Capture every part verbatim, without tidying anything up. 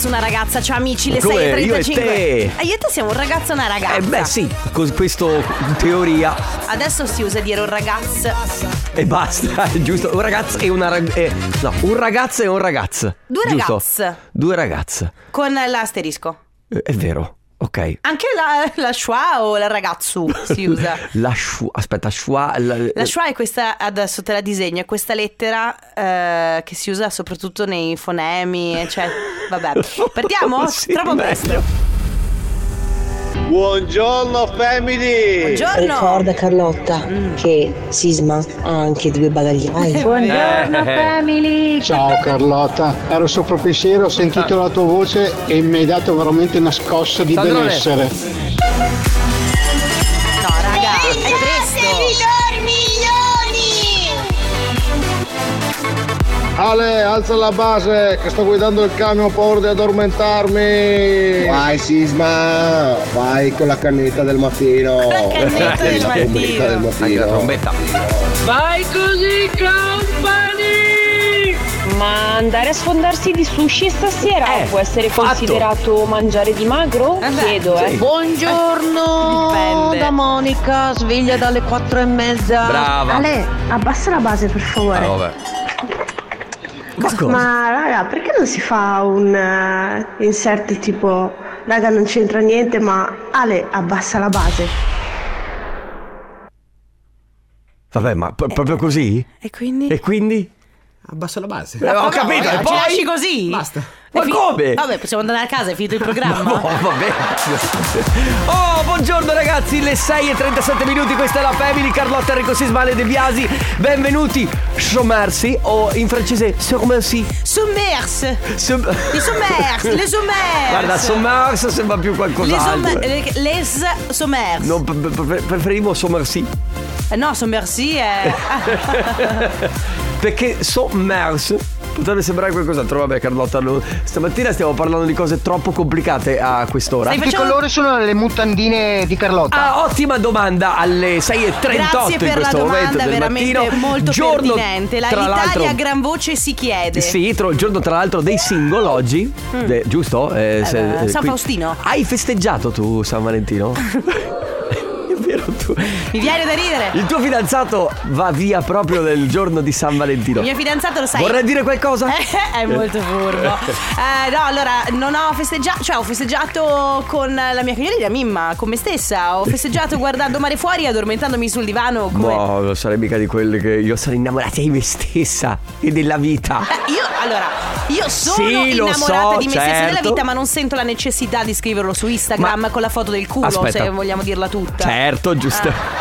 ragazzo, una ragazza, ciao amici, le Come? sei e trentacinque. Io e te. Eh, io e te siamo un ragazzo e una ragazza. Eh beh sì, con questo in teoria. Adesso si usa dire un ragazzo. E basta, giusto? Un ragazzo e una rag... eh, no, un ragazzo e un ragazzo. Due giusto? ragazze. Due ragazze. Con l'asterisco. Eh, È vero, ok. Anche la, la schwa o la ragazzo si usa. La schwa, aspetta, schwa la, La schwa è questa, adesso te la disegno, è questa lettera eh, che si usa soprattutto nei fonemi, cioè, vabbè. Partiamo? Sì, Troppo meglio. presto. Buongiorno family. Buongiorno. Ricorda Carlotta che Sisma ha anche due bagagliai. Buongiorno family. Ciao Carlotta, ero sopra pensiero, ho sentito la tua voce e mi hai dato veramente una scossa di Sandrone. benessere. No, raga, è presto. Ale, alza la base che sto guidando il camion, ho paura di addormentarmi. Vai Sisma, vai con la cannetta del mattino. La cannetta del La mattino. comunità del Anche mattino. la trombetta. Vai così company. Ma andare a sfondarsi di sushi stasera Eh, può essere fatto. considerato mangiare dimagro? Eh beh, Chiedo, eh. sì. Buongiorno Dipende. da Monica, sveglia dalle quattro e mezza. Brava. Ale, abbassa la base per favore. Ah, vabbè. Ma cosa? Ma raga, perché non si fa un uh, insert tipo raga non c'entra niente ma Ale abbassa la base? Vabbè, ma p- proprio così? E quindi? E quindi? Abbassa la base. Eh, ho capito, e Ci poi? lasci così? Basta. Ma È fi- come? Vabbè, possiamo andare a casa, è finito il programma. No, vabbè. Oh, buongiorno ragazzi, le sei e trentasette minuti, questa è la Family, Carlotta, Enrico Sisma, Ale De Biasi. Benvenuti, sommersi, o in francese, sommersi. Sommerse. Som- I sommerse, le sommerse. Guarda, sommerso sembra più Les, qualcos'altro. somme- le- les sommerse. Non, pre- pre- preferivo sommersi. Eh, no, sommersi è... Perché sommerso potrebbe sembrare qualcos'altro. Vabbè Carlotta, no. Stamattina stiamo parlando di cose troppo complicate a quest'ora. Stai Che facendo- colore sono le mutandine di Carlotta? Ah, ottima domanda alle sei e trentotto. Grazie per in la questo momento domanda, del veramente mattino. molto Giorno, pertinente. La, tra L'Italia l'altro, a gran voce si chiede. Sì, tra il giorno tra l'altro dei single oggi, eh, giusto? Eh, se- beh, eh, San qui- Faustino. Hai festeggiato tu San Valentino? È vero tu. Mi viene da ridere. Il tuo fidanzato va via proprio nel giorno di San Valentino. Il mio fidanzato lo sai. Vorrei dire qualcosa? È molto furbo. Eh, no, allora non ho festeggiato, cioè ho festeggiato con la mia cagnolina Mimma, con me stessa. Ho festeggiato guardando mare fuori, addormentandomi sul divano come... No, non sarei mica di quelli che io sono innamorata di me stessa e della vita. Eh, io, allora, io sono Sì, lo innamorata so, di me stessa e della certo. vita, ma non sento la necessità di scriverlo su Instagram Ma- con la foto del culo, Aspetta. se vogliamo dirla tutta. Certo, giusto.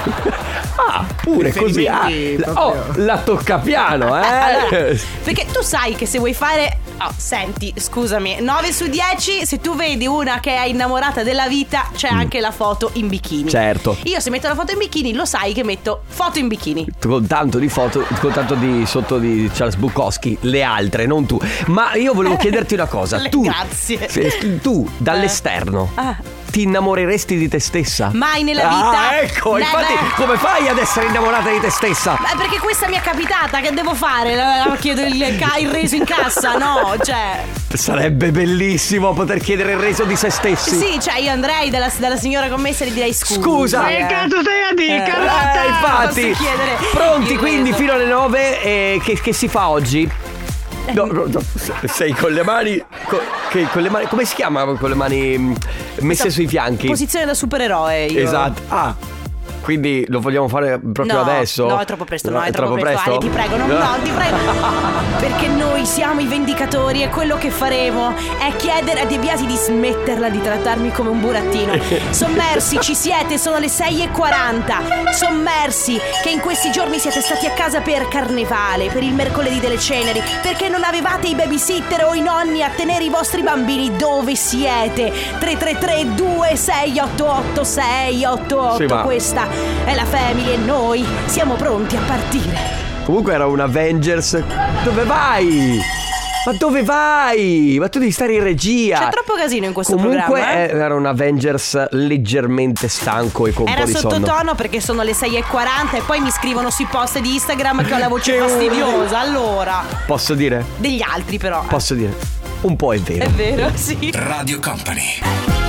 Ah, pure così. Ah, Riferimenti la- proprio. oh, la tocca piano, Allora, eh. perché tu sai che se vuoi fare... Oh, senti, scusami, nove su dieci, se tu vedi una che è innamorata della vita, c'è anche la foto in bikini. Certo. Io se metto la foto in bikini, lo sai che metto foto in bikini. Con tanto di foto, con tanto di sotto di Charles Bukowski, le altre, non tu. Ma io volevo chiederti una cosa. Le- tu, grazie. se- tu dall'esterno Ah. ti innamoreresti di te stessa? Mai nella vita. Ah, ecco, Never. infatti, come fai ad essere innamorata di te stessa? Ma perché questa mi è capitata, che devo fare? La- la- Chiedo il, ca- il reso in cassa, no? Cioè... Sarebbe bellissimo poter chiedere il reso di se stessi. Sì, cioè io andrei dalla, dalla signora commessa e gli direi scusa. Scusa. eh. Che cazzo stai a dire, Eh, Carlotta? eh, infatti. Posso chiedere Pronti il quindi reso? fino alle nove. eh, che, che si fa oggi? No, no, no, sei con le mani, co- che, con le mani. Come si chiama con le mani mh, messe sui fianchi? Posizione da supereroe io. Esatto. Ah, quindi lo vogliamo fare proprio No, adesso? no, è troppo presto, no, è troppo presto. Ale, ti prego, non- no, ti prego. Perché noi siamo i vendicatori e quello che faremo è chiedere a De Biasi di smetterla di trattarmi come un burattino. Sommersi, ci siete, sono le sei e quaranta. Sommersi, che in questi giorni siete stati a casa per Carnevale, per il mercoledì delle ceneri, perché non avevate i babysitter o i nonni a tenere i vostri bambini. Dove siete? tre tre tre due sei otto otto sei otto otto. Sì, ma- Questa è la Family e noi siamo pronti a partire. Comunque era un Avengers. Dove vai? Ma dove vai? Ma tu devi stare in regia. C'è troppo casino in questo Comunque programma, eh? eh, era un Avengers leggermente stanco e con un Era po' di sonno. sottotono perché sono le sei e quaranta e poi mi scrivono sui post di Instagram che ho la voce Che fastidiosa. Allora, Posso dire? degli altri però. Posso dire? un po' è vero. È vero, sì. Radio Company.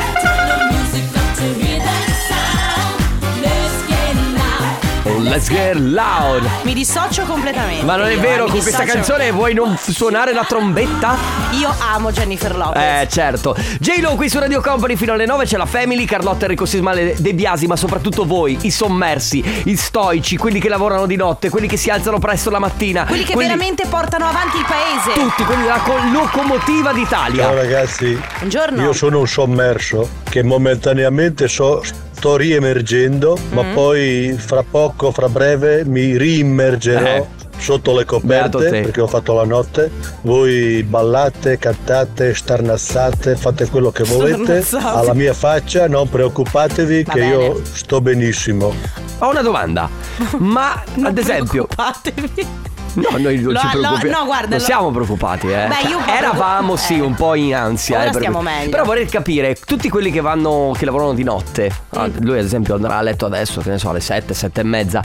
Let's get loud. Mi dissocio completamente. Ma non è io, vero, eh, con questa dissocio. canzone vuoi non f- suonare la trombetta? Io amo Jennifer Lopez. Eh certo. J-Lo qui su Radio Company fino alle nove, c'è la Family, Carlotta, Enrico Sismale, De Biasi, ma soprattutto voi, i sommersi, i stoici, quelli che lavorano di notte, quelli che si alzano presto la mattina, Quelli che veramente portano avanti il paese. tutti, quelli della co- locomotiva d'Italia. Ciao ragazzi, Buongiorno. io sono un sommerso che momentaneamente so, sto riemergendo, ma poi fra poco, fra breve mi riimmergerò Eh. sotto le Beato coperte te. perché ho fatto la notte. Voi ballate, cantate, starnazzate, fate quello che volete. Starnazzate. Alla mia faccia non preoccupatevi Va che bene. io sto benissimo. Ho una domanda. Ma ad esempio, Preoccupatevi. no, noi non Lo- ci lo- preoccupiamo. no, guarda, non lo- siamo preoccupati, eh. Beh, io proprio- Eravamo sì eh. un po' in ansia. Ora eh, per- stiamo meglio. Però vorrei capire, tutti quelli che vanno, che lavorano di notte, ah, lui ad esempio andrà a letto adesso, che ne so, alle sette, sette e mezza.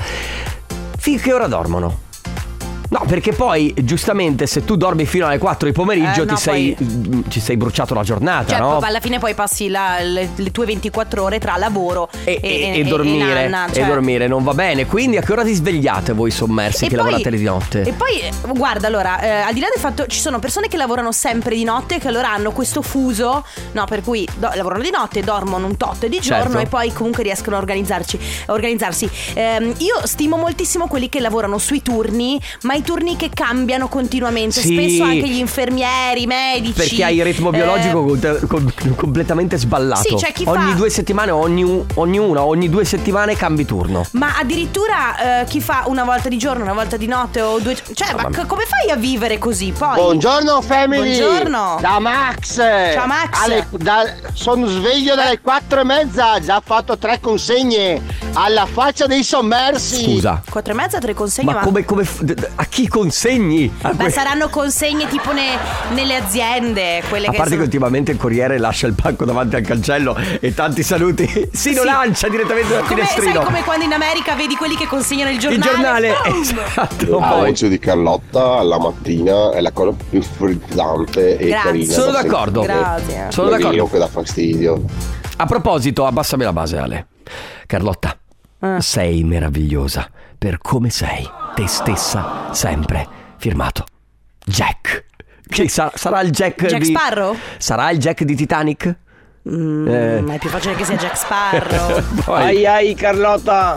Fin che ora dormono? No, perché poi giustamente se tu dormi fino alle quattro di pomeriggio Eh, no, ti sei ci sei bruciato la giornata, Cioè, no? poi alla fine poi passi la- le, le tue ventiquattro ore tra lavoro E, e, e- e dormire, nanna, e cioè. dormire non va bene. Quindi a che ora vi svegliate voi sommersi E che poi- lavorate di notte? E poi eh, guarda, allora, eh, al di là del fatto, ci sono persone che lavorano sempre di notte, che allora hanno questo fuso, no, per cui do- lavorano di notte, dormono un tot di giorno, Certo. e poi comunque riescono a organizzarci, a organizzarsi. Ehm, io stimo moltissimo quelli che lavorano sui turni, ma i turni che cambiano continuamente. Sì. Spesso anche gli infermieri, i medici. Perché hai il ritmo eh, biologico com- com- completamente sballato. Sì, c'è chi ogni fa- due settimane, ogni, ognuna, ogni due settimane cambi turno. Ma addirittura eh, chi fa una volta di giorno, una volta di notte o due. Cioè, ma c- come fai a vivere così poi? Buongiorno family. Buongiorno. Da Max. Ciao, Max. Alle- da- sono sveglio dalle quattro e mezza. Già fatto tre consegne. Alla faccia dei sommersi. Scusa. Quattro e mezza, tre consegne. Ma come, come f- d- d- a chi consegni? A, Beh, que- saranno consegne tipo ne- nelle aziende, quelle a che parte che sono... ultimamente il corriere lascia il pacco davanti al cancello e tanti saluti si lo Sì. lancia direttamente dal come, finestrino. sai, come quando in America vedi quelli che consegnano il giornale. Il giornale, Boom! esatto. La Poi. voce di Carlotta la mattina è la cosa più frizzante e Grazie. carina. Sono da d'accordo. sentire. Grazie. Sono Non d'accordo. io che dà fastidio. A proposito, abbassami la base, Ale. Carlotta, Ah. sei meravigliosa per come sei, te stessa, sempre. Firmato Jack. Che sa- sarà il Jack, Jack di Sparrow? Sarà il Jack di Titanic? Mm, Eh. Ma è più facile che sia Jack Sparrow. Poi- Ai ai Carlotta,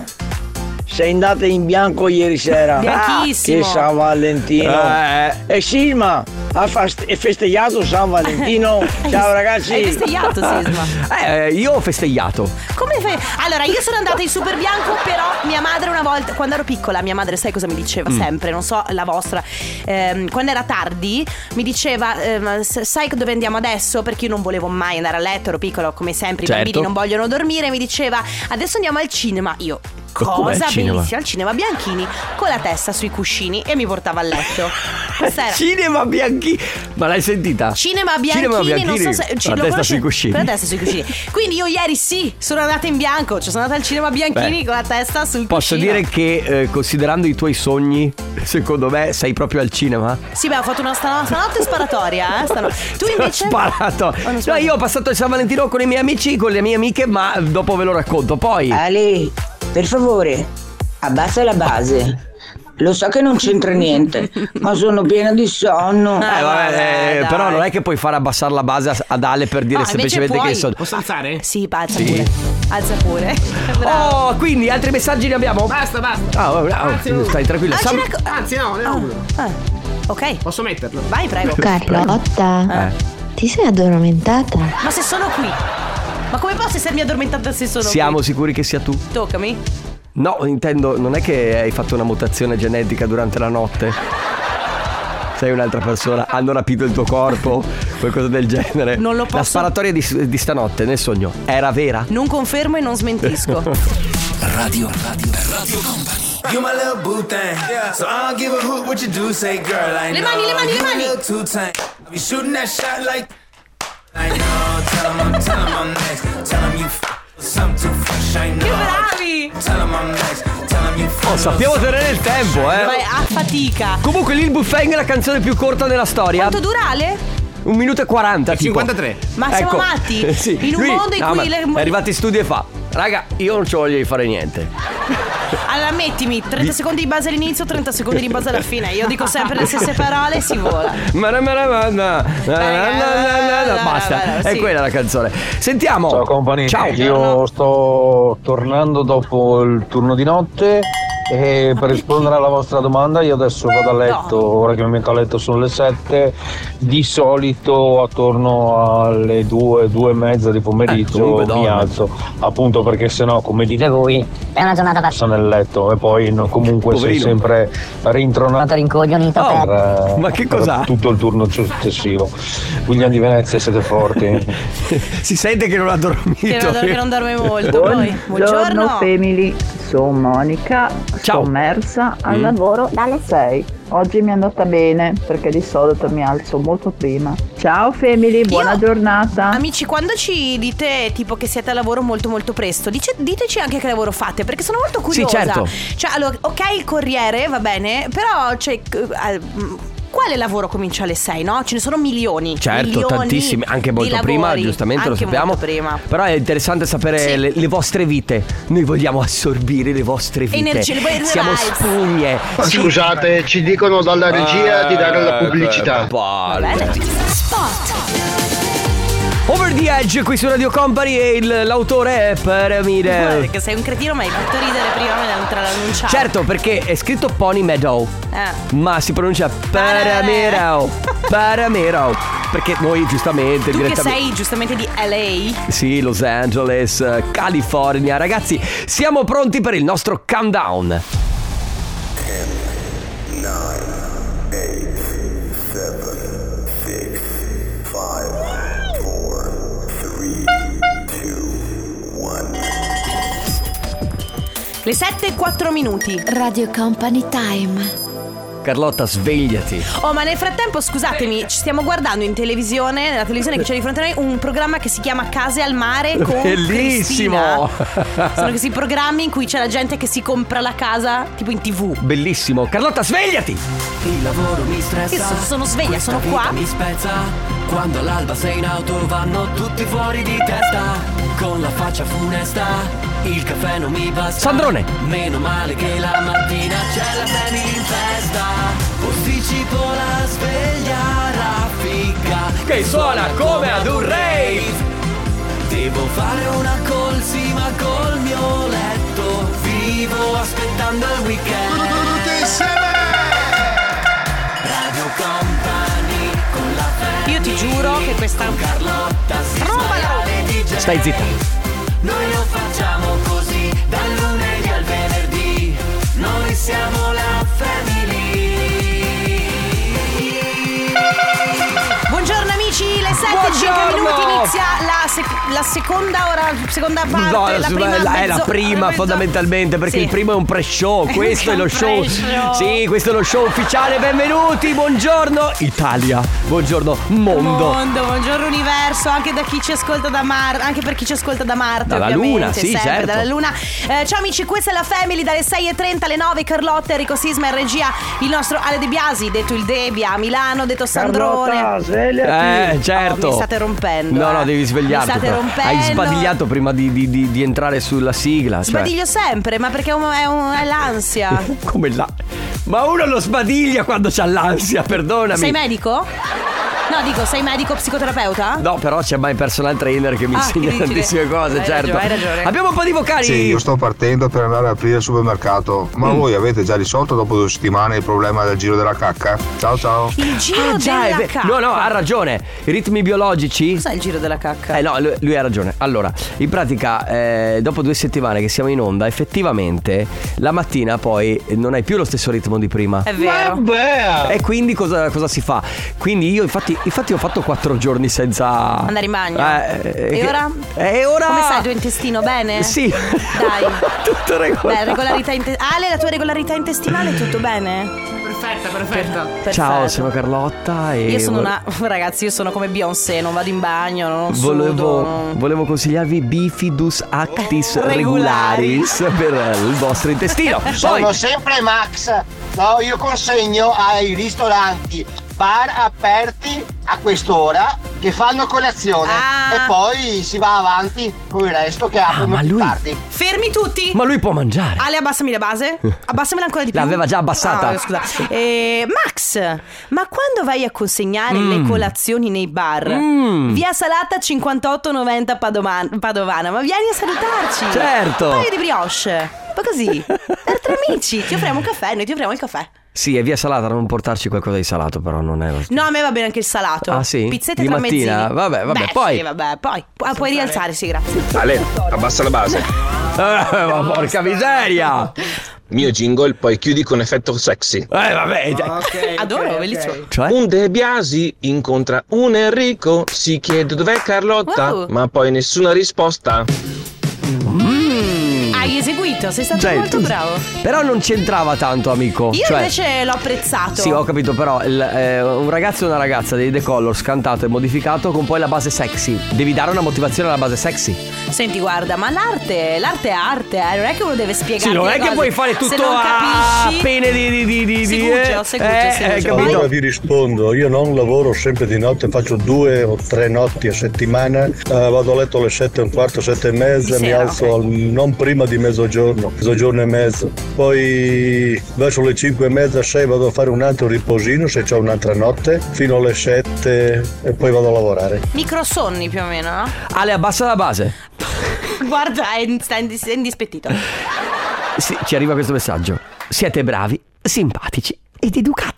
sei andata in bianco ieri sera. Bianchissimo. Che San Valentino. Eh. E Sisma ha fast- è festeggiato San Valentino. Ciao ragazzi. Hai festeggiato, Sisma? Eh, io ho festeggiato. Come fai? Allora, io sono andata in super bianco, però mia madre una volta, quando ero piccola, mia madre sai cosa mi diceva Mm. sempre, non so la vostra, ehm, quando era tardi mi diceva ehm, s- sai dove andiamo adesso? Perché io non volevo mai andare a letto, ero piccola, come sempre i Certo. bambini non vogliono dormire, mi diceva adesso andiamo al cinema. Io Ma com'è il cosa cinema? bellissima, al cinema Bianchini con la testa sui cuscini e mi portava a letto. Questa era Cinema Bianchini. Ma l'hai sentita? Cinema Bianchini, Cinema Bianchini. non so se ci- La lo testa conosci- sui cuscini. con la testa sui cuscini. Quindi io ieri sì, sono andata in bianco, cioè sono andata al cinema Bianchini Beh, con la testa sul Posso cuscino. dire che eh, considerando i tuoi sogni, secondo me sei proprio al cinema? Sì, beh, ho fatto una stano- stanotte sparatoria, eh, stano- Tu invece? Sparato. Oh, non No, sparato. io ho passato il San Valentino con i miei amici, con le mie amiche, ma dopo ve lo racconto. Poi Ale, per favore, abbassa la base. Lo so che non c'entra niente, ma sono piena di sonno. Eh, vabbè, eh, dai. però non è che puoi fare abbassare la base a- ad Ale per dire No, invece semplicemente puoi. che sono. Posso alzare? Sì, alza Sì. pure. Alza pure. Bravo. Oh, quindi altri messaggi ne abbiamo? Basta, basta. Ah, oh, oh, Anzi, no. stai tranquilla. Ah, Sam- ce n'è co- Anzi, no, ne ho uno. Ah, ok. Posso metterlo? Vai, prego. Carlotta, Eh. ti sei addormentata? Ma se sono qui? Ma come posso essermi addormentata se sono Siamo qui? sicuri che sia tu? Toccami. No, intendo, non è che hai fatto una mutazione genetica durante la notte. Sei un'altra persona, hanno rapito il tuo corpo, qualcosa del genere. Non lo La posso- sparatoria di, di stanotte nel sogno era vera? Non confermo e non smentisco. Radio, radio, Radio Company. You my little boo thing, so I don't give a hoot what you do. Say, girl, I Le know mani, le mani, le you a mani. little too tight. I be shooting that shot like I know. Tell 'em I'm, tell 'em I'm next. Tell 'em you f- some too fresh. I know. Che bravi! Tell 'em I'm next. Tell 'em you f- Oh, sappiamo tenere il tempo, eh. Vai a fatica. Comunque Lil Bufang è la canzone più corta della storia. Quanto dura, Ale? un minuto e quaranta tipo. cinquantatré. Ma siamo Ecco. matti? Sì. In un Lui- mondo in no, cui ma le... è arrivato in studio e fa: raga, io non ci voglio di fare niente. Allora mettimi trenta secondi di base all'inizio, trenta secondi di base alla fine. Io dico sempre le stesse parole e si vola. Ma na- ma na- ma na- na- na- na- na- Basta, è sì. quella la canzone. Sentiamo. Ciao company, Ciao. io sto tornando dopo il turno di notte e per rispondere alla vostra domanda io adesso vado a letto, ora che mi metto a letto sono le sette, di solito attorno alle due, due e mezza di pomeriggio comunque mi dorme. alzo, appunto perché sennò come dite voi È una giornata da passa nel letto e poi no, comunque Poverino. sei sempre rintronato rincoglionito Oh, per, eh, ma che per cos'ha? tutto il turno successivo. William di Venezia, siete forti. Si sente che non ha dormito. Che non, che non dorme molto. Poi Buongiorno family, sono Monica, Ciao. sommersa al Mm. lavoro dalle sei. Oggi mi è andata bene perché di solito mi alzo molto prima. Ciao family, buona Io- giornata. Amici, quando ci dite tipo che siete a lavoro molto molto presto, dice- diteci anche che lavoro fate, perché sono molto curiosa. certo. Cioè, allora, ok, il corriere va bene, però cioè, eh, mm, quale lavoro comincia alle sei, no? Ce ne sono milioni. Certo, milioni tantissimi, anche di molto prima, lavori, giustamente lo anche sappiamo. molto prima. Però è interessante sapere Sì. le, le vostre vite. Noi vogliamo assorbire le vostre vite. Energie, le vostre Siamo vibes. spugne. Ma Sì. scusate, ci dicono dalla regia di dare la Eh, pubblicità. che palle. Va bene. Spot. Over the Edge qui su Radio Company e il- l'autore è Guarda Pyramide. che sei un cretino, ma hai fatto ridere prima mentre l'annunciavo. Certo, perché è scritto Pony Meadow, Eh. ma si pronuncia Paramero. Paramero. Perché noi giustamente Tu che direttamente- sei giustamente di L A. Sì, Los Angeles, eh, California. Ragazzi, siamo pronti per il nostro countdown. Le sette e quattro minuti. Radio Company Time. Carlotta, svegliati. Oh, ma nel frattempo, scusatemi, ci stiamo guardando in televisione, nella televisione che c'è di fronte a noi, un programma che si chiama Case al mare con Bellissimo. Cristina. Sono questi programmi in cui c'è la gente che si compra la casa tipo in tv. Bellissimo. Carlotta, svegliati. Il lavoro mi stressa. Io sono, sono sveglia, Questa sono vita qua. mi spezza. Quando all'alba sei in auto vanno tutti fuori di testa. Con la faccia funesta, il caffè non mi basta. Sandrone. Meno male che la mattina c'è la family in festa. Posticipo la sveglia raffica Che suona come ad un rave. Devo fare una colsima col mio letto. Vivo aspettando il weekend. Tutti insieme. Radio Company con la family. Io ti giuro che questa Carlotta si sbaglia. Stai zitta. Noi lo facciamo così dal lunedì al venerdì. Noi siamo la family. Buongiorno amici, le sette e cinque Buongiorno. minuti inizia la, sec- la seconda ora, seconda parte, No, la la- prima è la mezzo- prima mezzo- fondamentalmente perché Sì. il primo è un pre-show. Questo è lo un show. pre-show. Sì, questo è lo show ufficiale. Benvenuti, buongiorno Italia. Buongiorno mondo. Mondo, buongiorno universo, anche da chi ci ascolta da Marte, anche per chi ci ascolta da Marte, Dalla ovviamente, Luna, sì, sempre certo. dalla Luna. Eh, ciao amici, questa è la Family dalle sei e trenta alle nove. Carlotta, Enrico Sisma in regia, il nostro Ale De Biasi, detto il Debbia a Milano, detto Sandrone. Carlotta, svegliati. Eh, certo. Oh, mi state rompendo. No, no, eh. devi svegliarti. Mi state però. rompendo. Hai sbadigliato prima di, di- di- di entrare sulla sigla. Cioè. Sbadiglio sempre, ma perché è, un- è un- è l'ansia. Come là? Ma uno lo sbadiglia quando c'ha l'ansia, perdonami. Sei medico? No, dico, sei medico psicoterapeuta? No, però c'è my personal trainer che mi Ah, insegna che dici? tantissime cose, Hai certo. ragione, hai ragione. Abbiamo un po' di vocali. Sì, io sto partendo per andare ad aprire il supermercato. Ma Mm. voi avete già risolto dopo due settimane il problema del giro della cacca? Ciao ciao. Il giro Ah, già, della è ve- cacca. No, no, ha ragione. I ritmi biologici. Cos'è il giro della cacca? Eh no, lui, lui ha ragione. Allora, in pratica, eh, dopo due settimane che siamo in onda, effettivamente la mattina poi non hai più lo stesso ritmo di prima. È vero. E quindi cosa, cosa si fa? Quindi io infatti, infatti ho fatto quattro giorni senza Andare in bagno. Eh, E che- ora? E ora? Come stai il tuo intestino? Bene? Sì. Dai. Tutto regolare. Beh, regolarità inte- Ale, la tua regolarità intestinale tutto bene? Perfetta, perfetta. Perfetto. Ciao, sono Carlotta e Io sono vo- una Ragazzi, io sono come Beyoncé, non vado in bagno, non Volevo, sudo, non- volevo consigliarvi Bifidus Actis Regularis. Regularis per il vostro intestino. Sono Poi, sempre Max. No, io consegno ai ristoranti bar aperti a quest'ora che fanno colazione Ah. e poi si va avanti con il resto che aprono ma più lui- tardi. Fermi tutti. Ma lui può mangiare. Ale, abbassami la base. Abbassamela ancora di più. L'aveva già abbassata. Ah, scusa. Eh, Max, ma quando vai a consegnare Mm. le colazioni nei bar, Mm. via Salata cinquantotto novanta Padovan- Padovana, ma vieni a salutarci. Certo. Un paio di brioche. Ma così, per tre amici, ti offriamo un caffè, noi ti offriamo il caffè. Sì, è via Salata, non portarci qualcosa di salato, però non è. No, a me va bene anche il salato. Ah, sì? Pizzette Di tra mattina? mezzini. Vabbè, vabbè, Beh, poi. Sì, vabbè, poi. Pu- puoi rialzare, sì, grazie. Ale, abbassa la base. Eh, ma porca miseria! Mio jingle, poi chiudi con effetto sexy. Eh, vabbè. Adoro, bellissimo. Cioè? Un De Biasi incontra un Enrico, si chiede dov'è Carlotta, Wow. ma poi nessuna risposta. Hai eseguito, sei stato Cioè, molto tu- bravo. Però non c'entrava tanto, amico. Io Cioè, invece l'ho apprezzato. sì, ho capito, però il, eh, un ragazzo e una ragazza dei The Colors cantato e modificato con poi la base sexy. Devi dare una motivazione alla base sexy. Senti, guarda, ma l'arte, l'arte è arte, eh. Non è che uno deve spiegare. Sì, non è che puoi fare tutto a pene di di di di Si di- guggia, eh, si guggia, eh, si eh, guggia. capito? Allora vi rispondo, io non lavoro sempre di notte, faccio due o tre notti a settimana, eh, vado a letto alle sette e un quarto, sette e mezza, Di mi sera, alzo ok. al- non prima di mezzogiorno, mezzogiorno e mezzo, poi verso le cinque e mezza, sei vado a fare un altro riposino se c'è un'altra notte, fino alle sette e poi vado a lavorare. Microsonni più o meno, no? Ale, abbassa la base. Guarda, è, sta indis- è indispettito. Sì, ci arriva questo messaggio. Siete bravi, simpatici ed educati.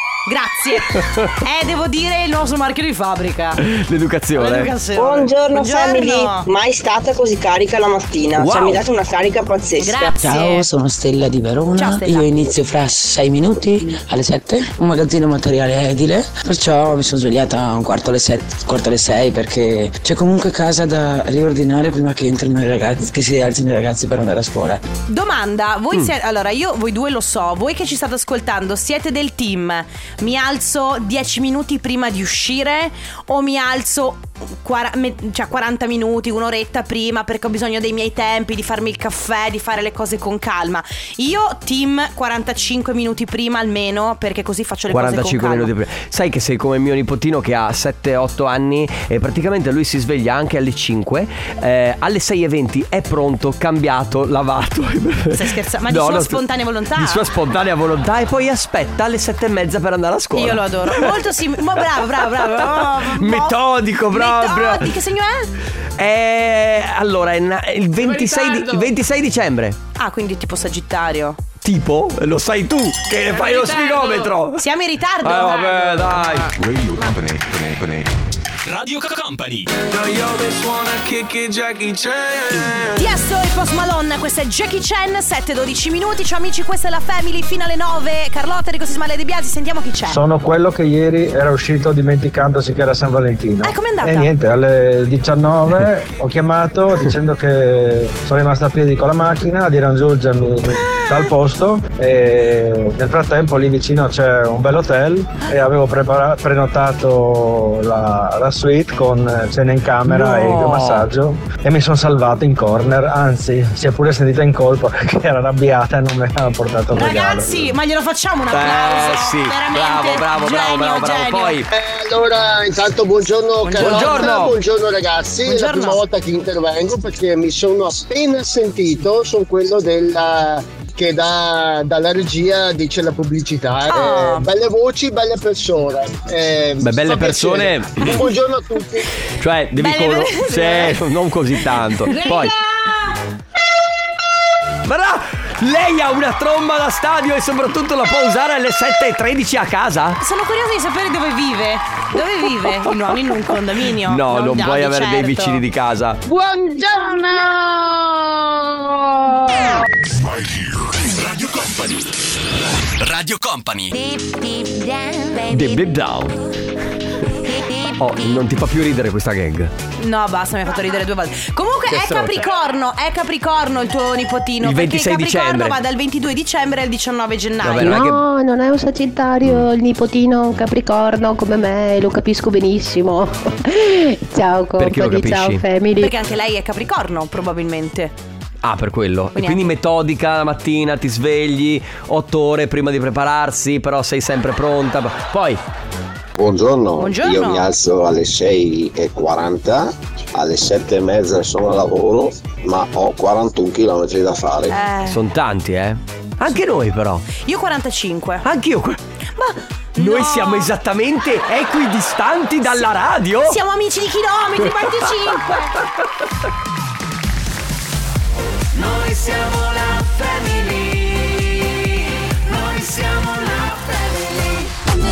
Grazie. Eh, devo dire il nostro marchio di fabbrica. L'educazione. L'educazione. Buongiorno, Buongiorno. family, mai stata così carica la mattina. Wow. Cioè, mi date una carica pazzesca. Grazie. Ciao, sono Stella di Verona. Ciao, Stella. Io inizio fra sei minuti alle sette, un magazzino materiale edile. Perciò mi sono svegliata a un quarto alle sette, quarto alle sei, perché c'è comunque casa da riordinare prima che entrino i ragazzi, che si alzino i ragazzi per andare a scuola. Domanda, voi Mm. siete. Allora, io, voi due lo so, voi che ci state ascoltando, siete del team mi alzo dieci minuti prima di uscire o mi alzo quara- me- cioè quaranta minuti, un'oretta prima perché ho bisogno dei miei tempi, di farmi il caffè, di fare le cose con calma? Io team quarantacinque minuti prima almeno, perché così faccio le quarantacinque cose con minuti calma. prima. Sai che sei come mio nipotino che ha sette otto anni e praticamente lui si sveglia anche alle cinque, eh, alle sei e venti è pronto, cambiato, lavato. Stai scherzando? Ma di sua spontanea volontà? Di sua spontanea volontà e poi aspetta alle sette e mezza per andare a scuola. Io lo adoro. Molto simile. Ma bravo, bravo, bravo. Oh, Metodico, proprio. Metodi, che segno è? Eh, allora, è na- il ventisei, di- il ventisei dicembre. Ah, quindi tipo Sagittario. Tipo, lo sai tu che fai lo sfigometro. Siamo in ritardo. Eh, vabbè, dai. Radio Company, Company, Company. Radio Company. Tiesto e Post Malone, questa è Jackie Chan, sette dodici minuti. Ciao amici, questa è la Family, fino alle nove. Carlotta, Enrico Sismale De Biasi, sentiamo chi c'è. Sono quello che ieri era uscito dimenticandosi che era San Valentino. Eh, com'è andata? E niente, alle diciannove ho chiamato dicendo che sono rimasto a piedi con la macchina di raggiungermi dal posto e nel frattempo lì vicino c'è un bel hotel e avevo prepara- prenotato la, la suite con cena in camera No. e il massaggio e mi sono salvato in corner, anzi si è pure sentita in colpa perché era arrabbiata e non mi aveva portato il regalo. Ragazzi, ma glielo facciamo un applauso? Eh sì, Veramente, bravo, bravo, genio, bravo, bravo, bravo. genio. Poi Eh, allora, intanto buongiorno, Buongiorno. Carlotta, Buongiorno. buongiorno ragazzi. Buongiorno. È la prima volta che intervengo perché mi sono appena sentito, sono quello della che da, dalla regia dice la pubblicità. Ah. Eh, belle voci, belle persone. Eh, Beh, belle fa persone. piacere. Buongiorno a tutti. cioè, devi Belle con- persone. sì, non così tanto. Poi Ma no, lei ha una tromba da stadio e soprattutto la può usare alle sette e tredici a casa? Sono curiosa di sapere dove vive. Dove vive? No, in un condominio. No, non no, puoi di avere dei certo. vicini di casa. Buongiorno. Radio Company. Radio Company. Deep deep down. Oh, non ti fa più ridere questa gag. No, basta, mi ha fatto ridere due volte. Comunque Che è stronza. Capricorno, è Capricorno il tuo nipotino. Il ventisei perché il Capricorno dicembre. va dal ventidue dicembre al diciannove gennaio. Vabbè, non è che- No, non è un sagittario, il nipotino un capricorno come me, lo capisco benissimo. Ciao Perché lo company, ciao capisci? family. Perché anche lei è Capricorno, probabilmente. Ah, per quello. Quindi, e quindi metodica, la mattina ti svegli otto ore prima di prepararsi, però sei sempre pronta. Poi Buongiorno. Buongiorno. Io mi alzo alle sei e quaranta, alle sette e mezza sono a lavoro, ma ho quarantuno chilometri da fare. Eh. sono tanti, eh. Anche noi però. Io quarantacinque. Anch'io. Ma Noi no. siamo esattamente equidistanti dalla radio. Siamo amici di chilometri, quarantacinque. Noi siamo la family. Noi siamo la family.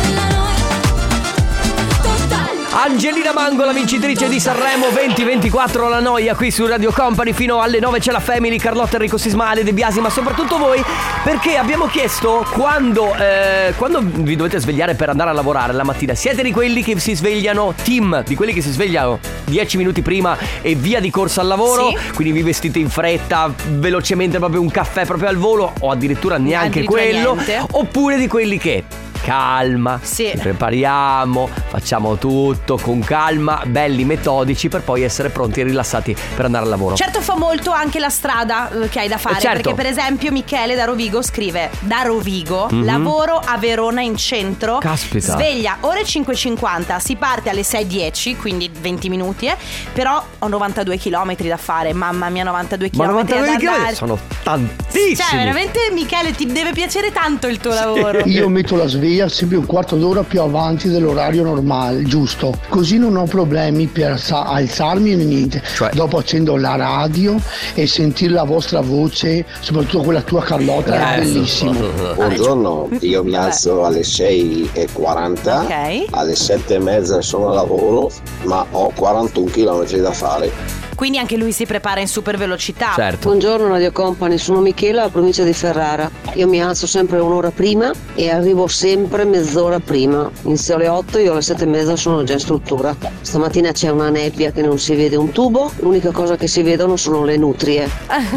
Angelina Mango, la vincitrice di Sanremo venti ventiquattro, La Noia, qui su Radio Company. Fino alle nove c'è la Family, Carlotta, Enrico Sisma, Ale De Biasi, ma soprattutto voi, perché abbiamo chiesto quando, eh, quando vi dovete svegliare per andare a lavorare la mattina. Siete di quelli che si svegliano, team, di quelli che si svegliano dieci minuti prima e via di corsa al lavoro, sì. Quindi vi vestite in fretta, velocemente, proprio un caffè proprio al volo, o addirittura neanche addirittura quello, niente. Oppure di quelli che calma, sì. ci prepariamo, facciamo tutto con calma, belli metodici, per poi essere pronti e rilassati per andare al lavoro. Certo, fa molto anche la strada eh, che hai da fare, eh certo. Perché per esempio Michele da Rovigo scrive: da Rovigo, mm-hmm. lavoro a Verona in centro. Caspita. Sveglia ore cinque e cinquanta, si parte alle sei e dieci, quindi venti minuti, eh. Però ho novantadue chilometri da fare. Mamma mia, novantadue chilometri Ma novantadue ad chilometri sono tantissimi. Cioè veramente, Michele, ti deve piacere tanto il tuo lavoro. Io metto la sveglia sempre un quarto d'ora più avanti dell'orario normale, giusto? Così non ho problemi per alza- alzarmi né niente. Cioè. Dopo accendo la radio e sentire la vostra voce, soprattutto quella tua, Carlotta, Eh, è bellissimo. Buongiorno, io mi alzo alle sei e quaranta, Ok. alle sette e mezza sono a lavoro, ma ho quarantuno chilometri da fare. Quindi anche lui si prepara in super velocità. Certo. Buongiorno Radio Company, sono Michela, provincia di Ferrara. Io mi alzo sempre un'ora prima e arrivo sempre mezz'ora prima. Inizio alle otto, io alle sette e mezza sono già in struttura. Stamattina c'è una nebbia che non si vede un tubo, l'unica cosa che si vedono sono le nutrie.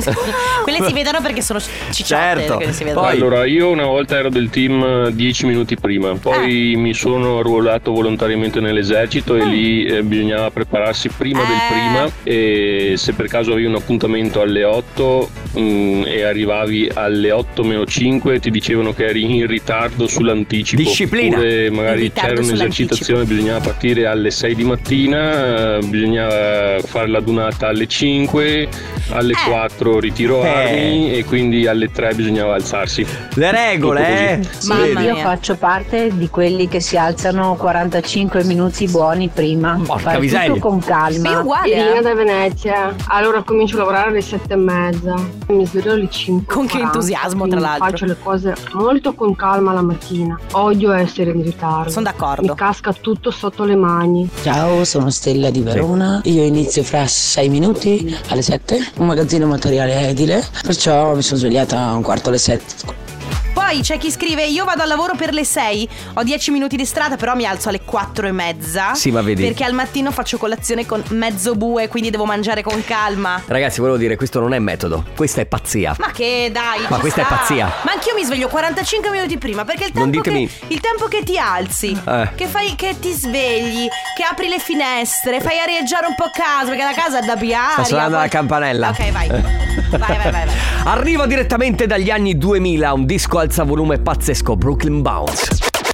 Quelle si vedono perché sono cicciotte. Certo. Quelle si vedono. Poi- Allora, io una volta ero del team dieci minuti prima, poi mi sono arruolato volontariamente nell'esercito e lì eh, bisognava prepararsi prima del prima, e se per caso avevi un appuntamento alle otto mh, e arrivavi alle otto meno cinque ti dicevano che eri in ritardo sull'anticipo. Disciplina. Oppure In magari ritardo c'era un'esercitazione, bisognava partire alle sei di mattina, eh, bisognava fare la dunata alle cinque, alle Eh. quattro ritiro Eh. armi e quindi alle tre bisognava alzarsi. Le regole, eh. Tutto Mamma Vedi? mia. Io faccio parte di quelli che si alzano quarantacinque minuti buoni prima. Porca Fai miseria. tutto con Io calma. uguale. Irina eh. da Venezia, allora comincio a lavorare alle sette e mezza, mi sveglio alle cinque. Con che entusiasmo, tra l'altro. Faccio le cose molto con calma la mattina, odio essere in ritardo. Sono d'accordo. Mi casca tutto sotto le mani. Ciao, sono Stella di Verona. Io inizio fra sei minuti alle sette, un magazzino materiale edile, perciò mi sono svegliata a un quarto alle sette. Poi c'è chi scrive: io vado al lavoro per le sei, ho dieci minuti di strada, però mi alzo alle quattro e mezza. Sì, ma vedi. Perché al mattino faccio colazione con mezzo bue, quindi devo mangiare con calma. Ragazzi, volevo dire, questo non è metodo, questa è pazzia. Ma che dai, Ma ci questa sta. è pazzia. Ma anch'io mi sveglio quarantacinque minuti prima, perché il Non tempo, che, ditemi- il tempo che ti alzi, Eh. che fai, che ti svegli, che apri le finestre, fai arieggiare un po' casa, perché la casa è da piaria. Sta suonando poi- la campanella. Ok, vai. vai, vai, vai, vai. Arriva direttamente dagli anni duemila un disco alza volume pazzesco, Brooklyn Bounce.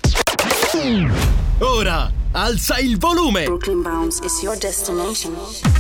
Ora alza il volume. Brooklyn Bounce is your destination.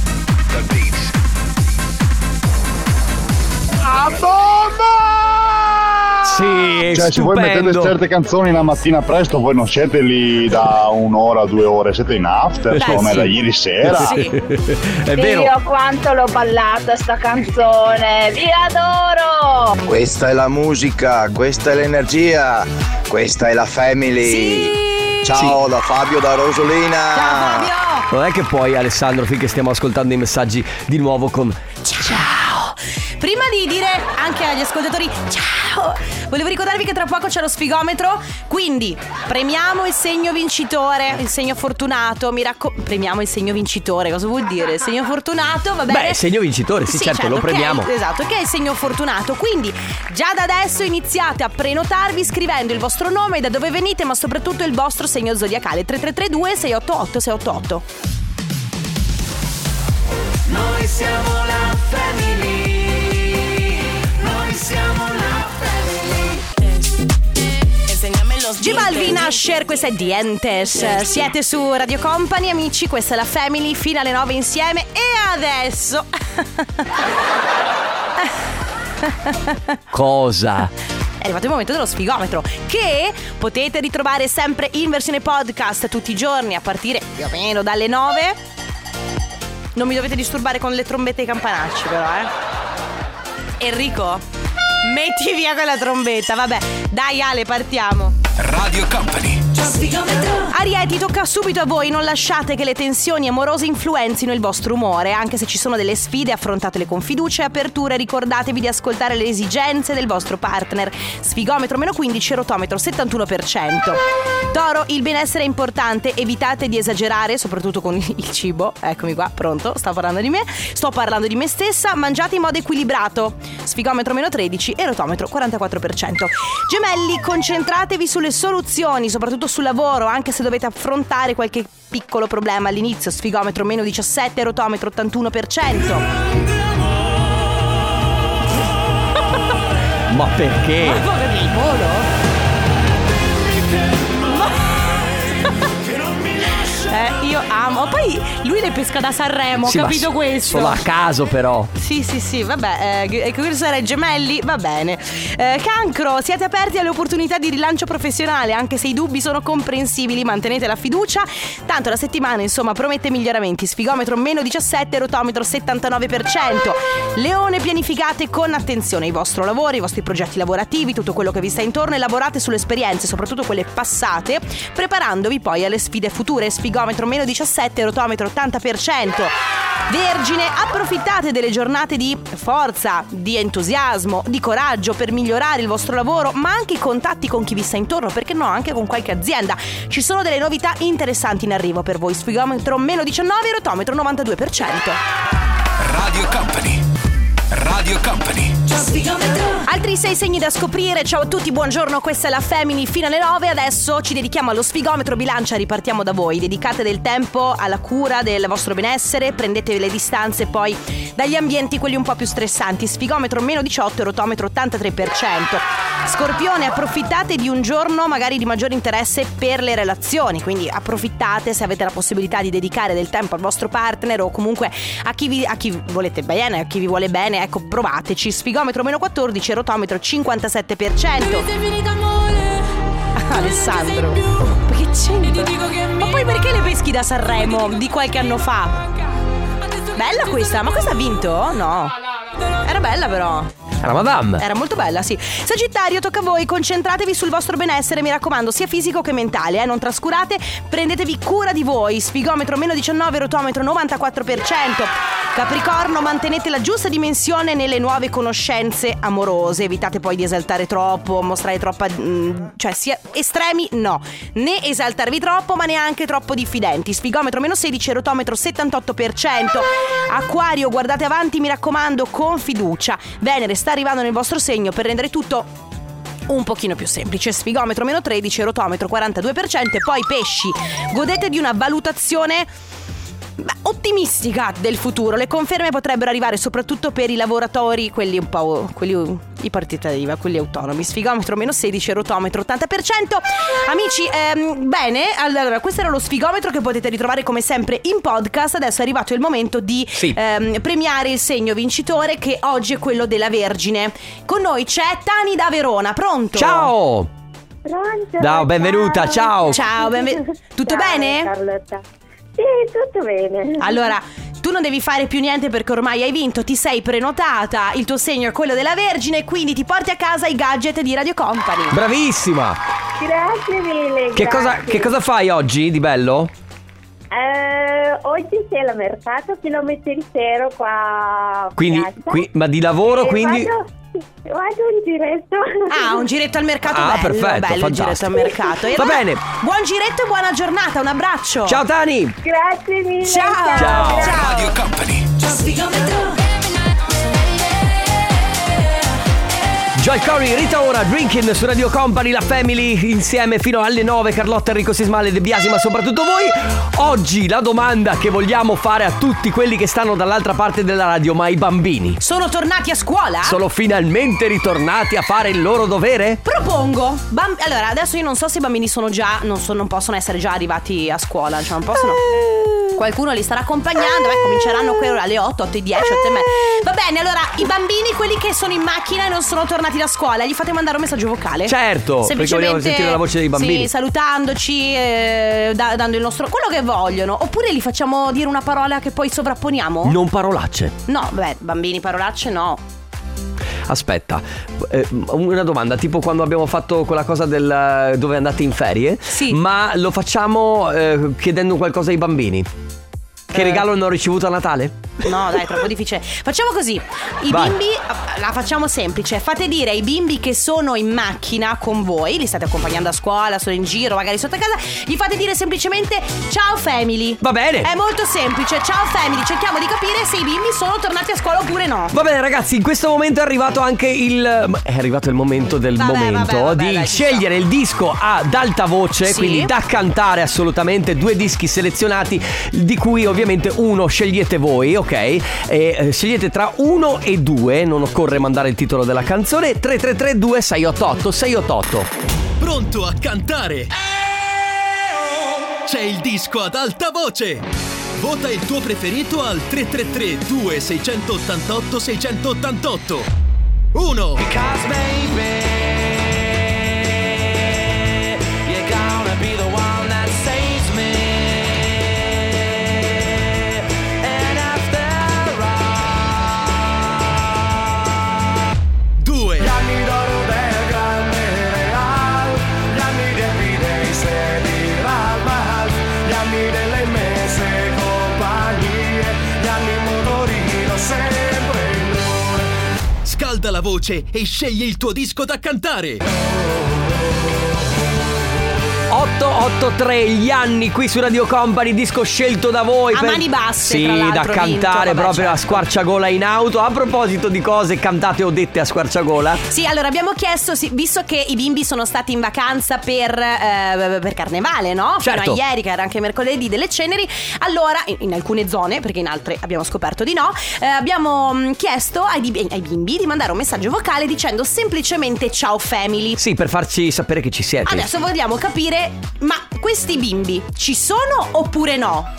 Sì, Cioè, se voi mettete stupendo. certe canzoni la mattina presto, voi non siete lì da un'ora, due ore, siete in after, Beh, secondo me, sì. da ieri sera. Sì. È vero. Dio, quanto l'ho ballata sta canzone, vi adoro! Questa è la musica, questa è l'energia, questa è la family. Sì. Ciao da Fabio da Rosolina. Ciao Fabio. Non è che poi, Alessandro, finché stiamo ascoltando i messaggi di nuovo con Ciao. Prima di dire anche agli ascoltatori ciao, volevo ricordarvi che tra poco c'è lo sfigometro, quindi premiamo il segno vincitore, il segno fortunato, mi raccomando, premiamo il segno vincitore, cosa vuol dire? Il segno fortunato, va bene? Beh, segno vincitore, sì, certo, lo premiamo. Che è, esatto, che è il segno fortunato, quindi già da adesso iniziate a prenotarvi scrivendo il vostro nome, da dove venite, ma soprattutto il vostro segno zodiacale. Tre tre tre due sei otto otto sei otto otto. Noi siamo la family. siamo la family. G Balvin, Usher, questa è Dientes. Siete su Radio Company, amici, questa è la Family, fino alle nove insieme. E adesso cosa? è arrivato il momento dello sfigometro, che potete ritrovare sempre in versione podcast tutti i giorni a partire più o meno dalle nove. Non mi dovete disturbare con le trombette e i campanacci però, eh Enrico, metti via quella trombetta. Vabbè, dai Ale, partiamo. Radio Company. Arieti, tocca subito a voi. Non lasciate che le tensioni amorose influenzino il vostro umore. Anche se ci sono delle sfide, affrontatele con fiducia e apertura. Ricordatevi di ascoltare le esigenze del vostro partner. Sfigometro meno quindici, rotometro settantuno per cento. Toro, il benessere è importante. Evitate di esagerare, soprattutto con il cibo. Eccomi qua, pronto, sto parlando di me. Sto parlando di me stessa. Mangiate in modo equilibrato. Sfigometro meno tredici e rotometro quarantaquattro per cento. Gemelli, concentratevi sulle soluzioni, soprattutto sul lavoro, anche se dovete affrontare qualche piccolo problema all'inizio. Sfigometro meno diciassette, rotometro ottantuno per cento. Ma perché? Ma cosa del volo? Eh, io amo. Poi lui le pesca da Sanremo, ho sì, capito questo. Solo a caso però. Sì, sì, sì, vabbè, eh, questo era Gemelli, va bene. eh, Cancro, siete aperti alle opportunità di rilancio professionale, anche se i dubbi sono comprensibili, mantenete la fiducia. Tanto la settimana, insomma, promette miglioramenti. Sfigometro meno diciassette, rotometro settantanove per cento. Leone, pianificate con attenzione il vostro lavoro, i vostri progetti lavorativi, tutto quello che vi sta intorno, e lavorate sulle esperienze, soprattutto quelle passate, preparandovi poi alle sfide future. Sfigometro meno diciassette, rotometro ottanta per cento. Vergine, approfittate delle giornate di forza, di entusiasmo, di coraggio per migliorare il vostro lavoro, ma anche i contatti con chi vi sta intorno, perché no, anche con qualche azienda. Ci sono delle novità interessanti in arrivo per voi. Sfigometro meno diciannove, rotometro novantadue per cento. Radio Company. Radio Company. Altri sei segni da scoprire. Ciao a tutti, buongiorno, questa è la Family fino alle nove. Adesso ci dedichiamo allo sfigometro bilancia, ripartiamo da voi. Dedicate del tempo alla cura del vostro benessere, prendete le distanze poi dagli ambienti quelli un po' più stressanti. Sfigometro meno diciotto, rotometro ottantatré per cento. Scorpione, approfittate di un giorno magari di maggiore interesse per le relazioni, quindi approfittate se avete la possibilità di dedicare del tempo al vostro partner o comunque a chi vi, a chi volete bene, a chi vi vuole bene. Ecco, provateci. Sfigometro meno quattordici, rotometro cinquantasette per cento. Ah, Alessandro, ma che c'entra? Ma poi perché le peschi da Sanremo di qualche anno fa? Bella questa, ma questa ha vinto? No, era bella però. Era Madame. Era molto bella, sì. Sagittario, tocca a voi. Concentratevi sul vostro benessere, mi raccomando, sia fisico che mentale, eh? Non trascurate, prendetevi cura di voi. Sfigometro meno diciannove, rotometro novantaquattro per cento. Capricorno, mantenete la giusta dimensione nelle nuove conoscenze amorose. Evitate poi di esaltare troppo, mostrare troppa mh, cioè sia estremi no, né esaltarvi troppo ma neanche troppo diffidenti. Sfigometro meno sedici, rotometro settantotto per cento. Acquario, guardate avanti, mi raccomando, con fiducia. Venere sta arrivando nel vostro segno per rendere tutto un pochino più semplice. Sfigometro meno tredici, rotometro quarantadue per cento. E poi pesci, godete di una valutazione beh, ottimistica del futuro. Le conferme potrebbero arrivare soprattutto per i lavoratori, quelli un po' quelli i partita I V A, quelli autonomi. Sfigometro meno sedici, rotometro ottanta per cento. Amici, ehm, bene, allora questo era lo sfigometro che potete ritrovare come sempre in podcast. Adesso è arrivato il momento di sì. ehm, premiare il segno vincitore, che oggi è quello della Vergine. Con noi c'è Tani da Verona, pronto? Ciao. Pronto? Ciao, benvenuta, ciao. Ciao, benvenuta. Tutto ciao, bene? Carlotta. Sì, tutto bene. Allora, tu non devi fare più niente perché ormai hai vinto, ti sei prenotata, il tuo segno è quello della Vergine, quindi ti porti a casa i gadget di Radio Company. Bravissima. Grazie mille. Che grazie. cosa, che cosa fai oggi di bello? Eh, oggi c'è la mercato chilometri zero qua. Quindi, qui, ma di lavoro, e quindi... Vado, vado un giretto. Ah, un giretto al mercato. Ah, bello, perfetto, bello il giretto al mercato. E Va allora, bene. buon giretto e buona giornata, un abbraccio. Ciao Tani. Grazie mille. Ciao. Ciao. Ciao. Radio Company. Joel Corey, Rita Ora, Drinking su Radio Company, la Family insieme fino alle nove. Carlotta, Enrico Sismale, De Biasi, ma soprattutto voi. Oggi la domanda che vogliamo fare a tutti quelli che stanno dall'altra parte della radio: ma i bambini sono tornati a scuola? sono finalmente ritornati a fare il loro dovere? Propongo Bamb- Allora, adesso io non so se i bambini sono già Non, so, non possono essere già arrivati a scuola. Cioè non possono eh... Qualcuno li starà accompagnando. Beh, cominceranno quello alle otto, otto e dieci, otto e mezza. Va bene, allora i bambini, quelli che sono in macchina e non sono tornati da scuola, gli fate mandare un messaggio vocale. Certo, perché vogliamo sentire la voce dei bambini. Sì, salutandoci, eh, da- dando il nostro, quello che vogliono. Oppure li facciamo dire una parola che poi sovrapponiamo. Non parolacce. No, beh, bambini parolacce no. Aspetta, eh, una domanda, tipo quando abbiamo fatto quella cosa del dove andate in ferie. Sì. Ma lo facciamo eh, chiedendo qualcosa ai bambini. Che Eh. regalo hanno ricevuto a Natale? No, dai, è troppo difficile. Facciamo così. I Vai. bimbi, la facciamo semplice. Fate dire ai bimbi che sono in macchina con voi, li state accompagnando a scuola, sono in giro, magari sotto a casa, gli fate dire semplicemente ciao family. Va bene. È molto semplice. Ciao family. Cerchiamo di capire se i bimbi sono tornati a scuola oppure no. Va bene ragazzi, in questo momento è arrivato anche il È arrivato il momento del Vabbè, momento vabbè, vabbè, di dai, ci scegliere il disco ad alta voce. Sì. Quindi da cantare assolutamente. Due dischi selezionati, di cui ovviamente uno scegliete voi, ok? E eh, scegliete tra uno e due. Non occorre mandare il titolo della canzone. Tre tre tre due sei otto otto sei otto otto. Pronto a cantare? C'è il disco ad alta voce. Vota il tuo preferito al tre tre tre due sei otto otto sei otto otto. uno. Because baby, you're gonna be the one that saves me. And after all, due. Gli anni d'oro del grande Real, gli anni del Pidei di Ralmal, gli anni delle immesse compagnie, gli anni motorino sempre in luna. Scalda la voce e scegli il tuo disco da cantare. otto otto tre gli anni qui su Radio Company, disco scelto da voi. A mani basse, sì, tra l'altro, da cantare vinto, vabbè, proprio a certo. squarciagola in auto. A proposito di cose cantate o dette a squarciagola, Sì, allora abbiamo chiesto, sì, visto che i bimbi sono stati in vacanza per, eh, per carnevale, no? Certo. Fino a ieri, che era anche mercoledì delle ceneri. Allora, in, in alcune zone, perché in altre abbiamo scoperto di no, eh, abbiamo mh, chiesto ai, di- ai bimbi di mandare un messaggio vocale dicendo semplicemente ciao family. sì, per farci sapere che ci siete. Adesso vogliamo capire, ma questi bimbi ci sono oppure no?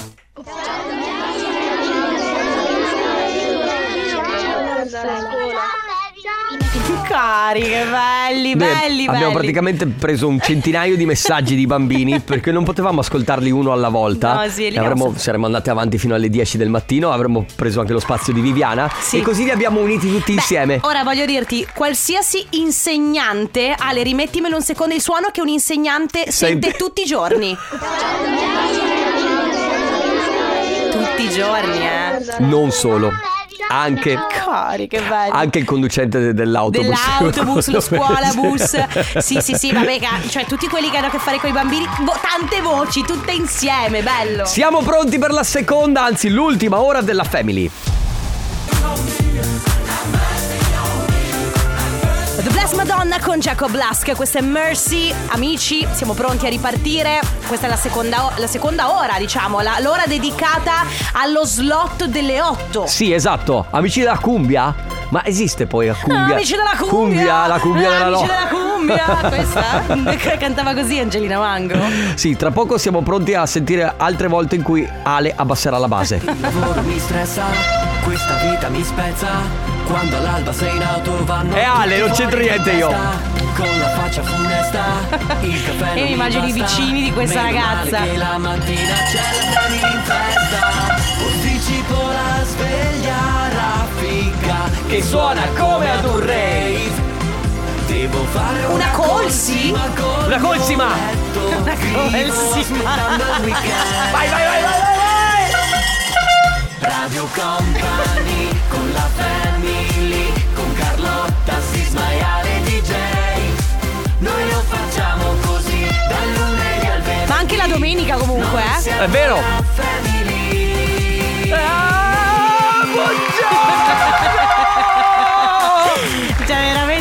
Cari, che belli, Noi belli, abbiamo belli. praticamente preso un centinaio di messaggi di bambini, perché non potevamo ascoltarli uno alla volta. No, sì, li E avremmo, abbiamo- saremmo andati avanti fino alle dieci del mattino. Avremmo preso anche lo spazio di Viviana. Sì. E così li abbiamo uniti tutti Beh, insieme. Ora voglio dirti, qualsiasi insegnante, Ale, rimettimelo un secondo il suono che un insegnante sente, Sente. tutti i giorni. Tutti i giorni, eh. Non solo, anche Cari, che bello. Anche il conducente de- dell'autobus. Dell'autobus, lo scuolabus. Sì, sì, sì, vabbè, ca- cioè tutti quelli che hanno a che fare con i bambini, vo- tante voci, tutte insieme, bello. Siamo pronti per la seconda, anzi l'ultima ora della Family. The Blessed Madonna con Jacob Blask. Questa è Mercy. Amici, siamo pronti a ripartire. Questa è la seconda, o- la seconda ora, diciamo, la- l'ora dedicata allo slot delle otto. Sì, esatto, amici della cumbia. Ma esiste poi la cumbia? Ah, amici della cumbia. Cumbia, la cumbia Ah, della amici notte. della cumbia. Questa cantava così Angelina Mango. Sì, tra poco siamo pronti a sentire altre volte in cui Ale abbasserà la base. Il lavoro mi stressa, questa vita mi spezza. Quando all'alba sei in auto vanno E Ale, non tutti c'entro fuori niente di io. testa, con la faccia funesta. Il caffè non Io mi immagino i basta, vicini di questa meno male ragazza. che la mattina c'è la famiglia in festa. Posticipo la sveglia raffica che suona come ad un rave. Devo fare una, Una colsi? col Una colsima. mio letto, Una vivo colsima. aspettando il weekend. Vai, vai, vai, vai, vai, vai. Radio Company con la family, con Carlotta, Sisma e Ale D J. Noi lo facciamo così, dal lunedì al venerdì. Ma anche la domenica comunque, eh. È vero. La family. Ah, buongiorno. Cioè veramente troppo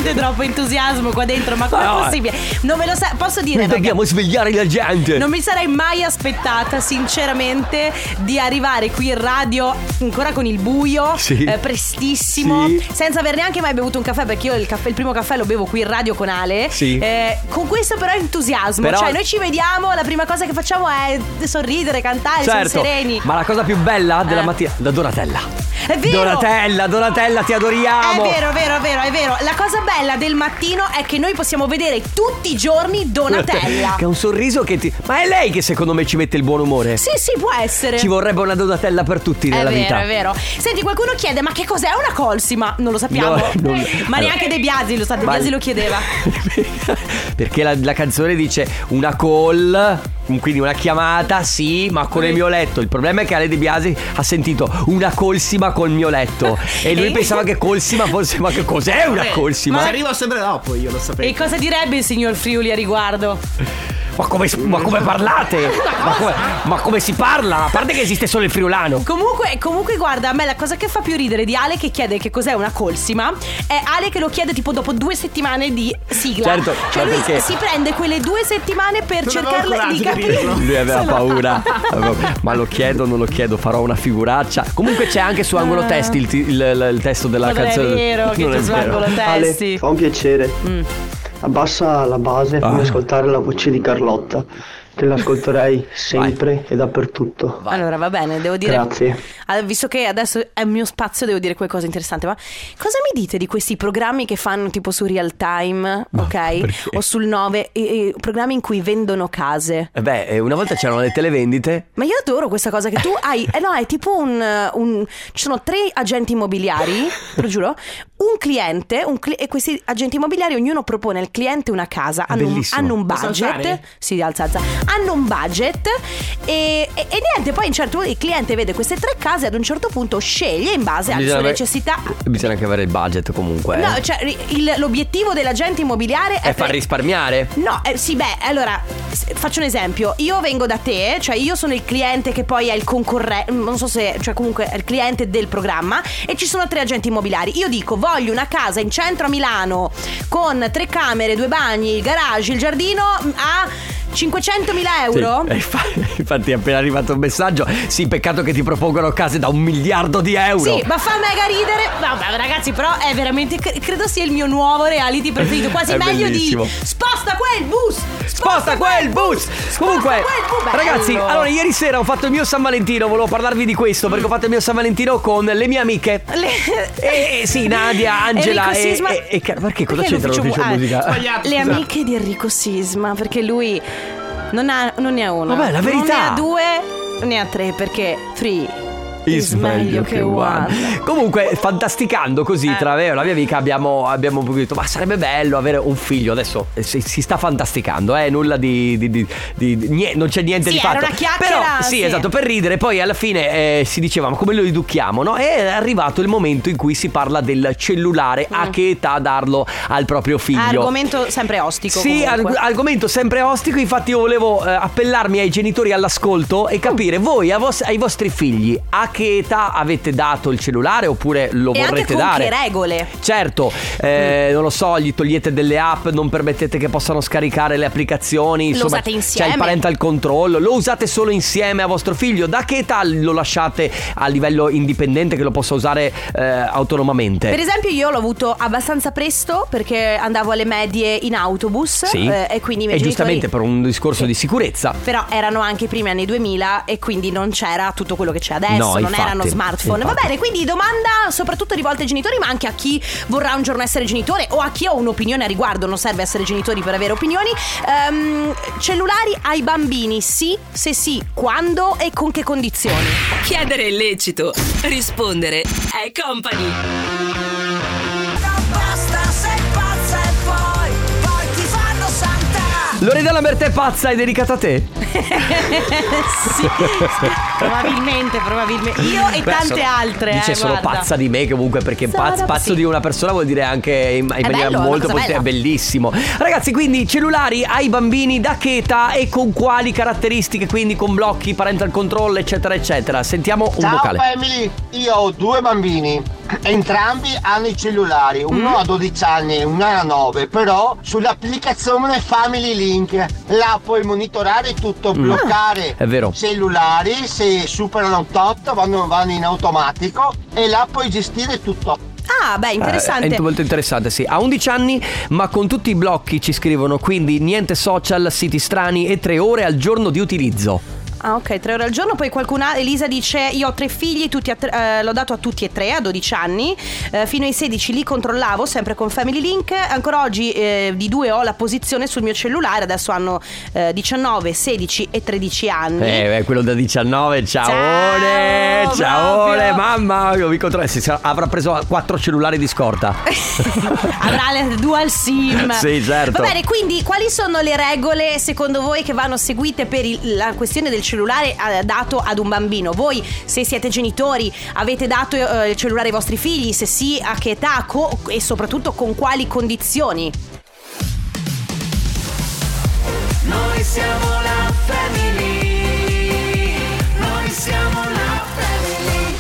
entusiasmo qua dentro, ma com'è No. possibile? Non me lo sa- posso dire, Noi raga, dobbiamo svegliare la gente. non mi sarei mai aspettata sinceramente di arrivare qui in radio ancora con il buio, Sì. eh, prestissimo, Sì. senza aver neanche mai bevuto un caffè, perché io il, caffè, il primo caffè lo bevo qui in radio con Ale. Sì. Eh, con questo però entusiasmo, Però- cioè noi ci vediamo, la prima cosa che facciamo è sorridere, cantare, Certo, siamo sereni. ma la cosa più bella della Eh. mattina, la Donatella. È vero. Donatella, Donatella, ti adoriamo. È vero, è vero, è vero, è vero. La cosa bella del mattino è che noi possiamo vedere tutti i giorni Donatella. Che ha un sorriso che ti... Ma è lei che secondo me ci mette il buon umore. Sì, sì, può essere. Ci vorrebbe una Donatella per tutti È nella vero, vita. è vero. Senti, qualcuno chiede: ma che cos'è una colsima? Non lo sappiamo. No, non- Ma allora- neanche De Biasi lo sa, De Ma- Biasi lo chiedeva. Perché la, la canzone dice una call, quindi una chiamata, sì, ma con il mio letto. Il problema è che Ale De Biasi ha sentito una colsima col mio letto e lui E- pensava che colsima fosse... Ma che cos'è una Vabbè, colsima? Ma ci arrivo sempre dopo, io lo sapevo. E cosa direbbe il signor Friuli a riguardo? Ma come, ma come parlate? Ma come, ma come si parla? A parte che esiste solo il friulano. Comunque, comunque, guarda, a me la cosa che fa più ridere di Ale che chiede che cos'è una colsima è Ale che lo chiede tipo dopo due settimane di sigla. Certo, cioè cioè lui perché- si prende quelle due settimane per Non avevo cercarle coraggio di di capire. dirlo. Lui aveva Se no- paura. Ma lo chiedo, non lo chiedo, farò una figuraccia. Comunque c'è anche su Angolo Testi il, ti- il- il- il testo della Ma non è canzone. vero che Non c'è è su vero. Angolo Testi. Fa un piacere. Mm. Abbassa la base e fammi Ah. ascoltare la voce di Carlotta, che l'ascolterei sempre e dappertutto. Allora va bene, devo dire. Grazie. Ah, visto che adesso è il mio spazio, devo dire qualcosa di interessante. Ma cosa mi dite di questi programmi che fanno tipo su Real Time, ok? perché? O sul nove, e, e programmi in cui vendono case. Eh beh, eh, una volta c'erano le televendite. Ma io adoro questa cosa che tu hai. Eh no, è tipo un, un ci sono tre agenti immobiliari, te lo giuro. Un cliente, un cli- e questi agenti immobiliari ognuno propone al cliente una casa. Hanno un, bellissimo. hanno un Posso budget. alzare? Sì, alza, alza. Hanno un budget e, e, e niente, poi a un certo punto il cliente vede queste tre case e ad un certo punto sceglie in base alle Bisogna sue avere- necessità. Bisogna anche avere il budget comunque. eh. No, cioè il- l'obiettivo dell'agente immobiliare è È far pre- risparmiare. No, eh, sì, beh, allora s- faccio un esempio. Io vengo da te, cioè io sono il cliente che poi è il concorrente, non so se, cioè comunque è il cliente del programma e ci sono tre agenti immobiliari. Io dico, voglio una casa in centro a Milano con tre camere, due bagni, il garage, il giardino mh, a cinquecentomila euro. Sì, eh, infa- infatti è appena arrivato un messaggio. Sì, peccato che ti propongono case da un miliardo di euro. Sì, ma fa mega ridere. Vabbè, ragazzi, però è veramente. cre- Credo sia il mio nuovo reality preferito. Quasi È meglio bellissimo. di sposta quel bus! Sposta quel bus! Comunque, quel bus! ragazzi, Bello. allora ieri sera ho fatto il mio San Valentino. Volevo parlarvi di questo perché ho fatto il mio San Valentino con le mie amiche. Le- Eh, sì, Nadia, Angela Enrico e, Sisma- e, e Car- perché cosa Perché c'entra l'ufficio l'ufficio mu- ah, musica? sbagliato, Le scusa. amiche di Enrico Sisma, perché lui non, ha, non ne ha una. Vabbè, la verità. Non ne ha due, ne ha tre, perché three is meglio che one. Comunque, fantasticando così tra me e la mia amica abbiamo, abbiamo detto, ma sarebbe bello avere un figlio. Adesso eh, si, si sta fantasticando, eh, nulla di, di, di, di- di- nie- non c'è niente Sì, di era fatto. una chiacchiera, Però sì, sì. esatto, per ridere. Poi alla fine eh, si diceva, ma come lo educhiamo, no? E è arrivato il momento in cui si parla del cellulare, a che età darlo al proprio figlio. Argomento sempre ostico. Sì, comunque. arg- argomento sempre ostico. Infatti io volevo eh, appellarmi ai genitori all'ascolto e capire voi a vos- ai vostri figli a che età avete dato il cellulare oppure lo E anche vorrete con dare. che regole. Certo, eh, non lo so, gli togliete delle app, non permettete che possano scaricare le applicazioni. Lo usate insieme. C'è il parental control, lo usate solo insieme a vostro figlio. Da che età lo lasciate a livello indipendente che lo possa usare eh, autonomamente? Per esempio io l'ho avuto abbastanza presto perché andavo alle medie in autobus. Sì. eh, E quindi i miei E giustamente genitori- per un discorso di sicurezza. Però erano anche i primi anni duemila e quindi non c'era tutto quello che c'è adesso, No, non infatti, erano smartphone. Va infatti. bene, quindi domanda soprattutto rivolta ai genitori, ma anche a chi vorrà un giorno essere genitore o a chi ha un'opinione a riguardo. Non serve essere genitori per avere opinioni. Ehm, cellulari ai bambini, sì? Se sì, quando e con che condizioni? Chiedere è illecito, rispondere è company. Basta, sei pazza e poi, poi ti fanno santa. Loredana Bertè è pazza, è dedicata a te? Sì, probabilmente, probabilmente. Io e Beh, tante sono- altre. Dice eh, sono guarda. pazza di me comunque, perché Sono pazzo, pazzo sì. di una persona vuol dire anche in, in maniera bello, è una molto cosa positiva, è bella. bellissimo. Ragazzi, quindi cellulari ai bambini da che età e con quali caratteristiche, quindi con blocchi, parental control eccetera eccetera. Sentiamo un Ciao vocale. family, io ho due bambini, Entrambi hanno i cellulari, uno ha dodici anni e uno ha nove, però sull'applicazione Family Link là puoi monitorare tutto, bloccare è vero. cellulari, se superano otto vanno, vanno in automatico e là puoi gestire tutto. Ah, beh, interessante. Eh, è molto interessante, sì. Ha undici anni, ma con tutti i blocchi ci scrivono, quindi niente social, siti strani e tre ore al giorno di utilizzo. Ah, ok, tre ore al giorno. Poi qualcuna, Elisa dice: io ho tre figli, tutti a tre, eh, l'ho dato a tutti e tre a dodici anni, eh, fino ai sedici li controllavo sempre con Family Link. Ancora oggi eh, di due ho la posizione sul mio cellulare. Adesso hanno eh, diciannove, sedici e tredici anni. Eh, quello da diciannove, ciaone, ciao, ciaone, mamma, io vi controllo. Avrà preso quattro cellulari di scorta. Avrà le dual sim. Sì, certo. Va bene, quindi quali sono le regole secondo voi che vanno seguite per il, la questione del cellulare dato ad un bambino? Voi, se siete genitori, avete dato eh, il cellulare ai vostri figli? Se sì, a che età co- e soprattutto con quali condizioni? Noi siamo la family. Noi siamo la family.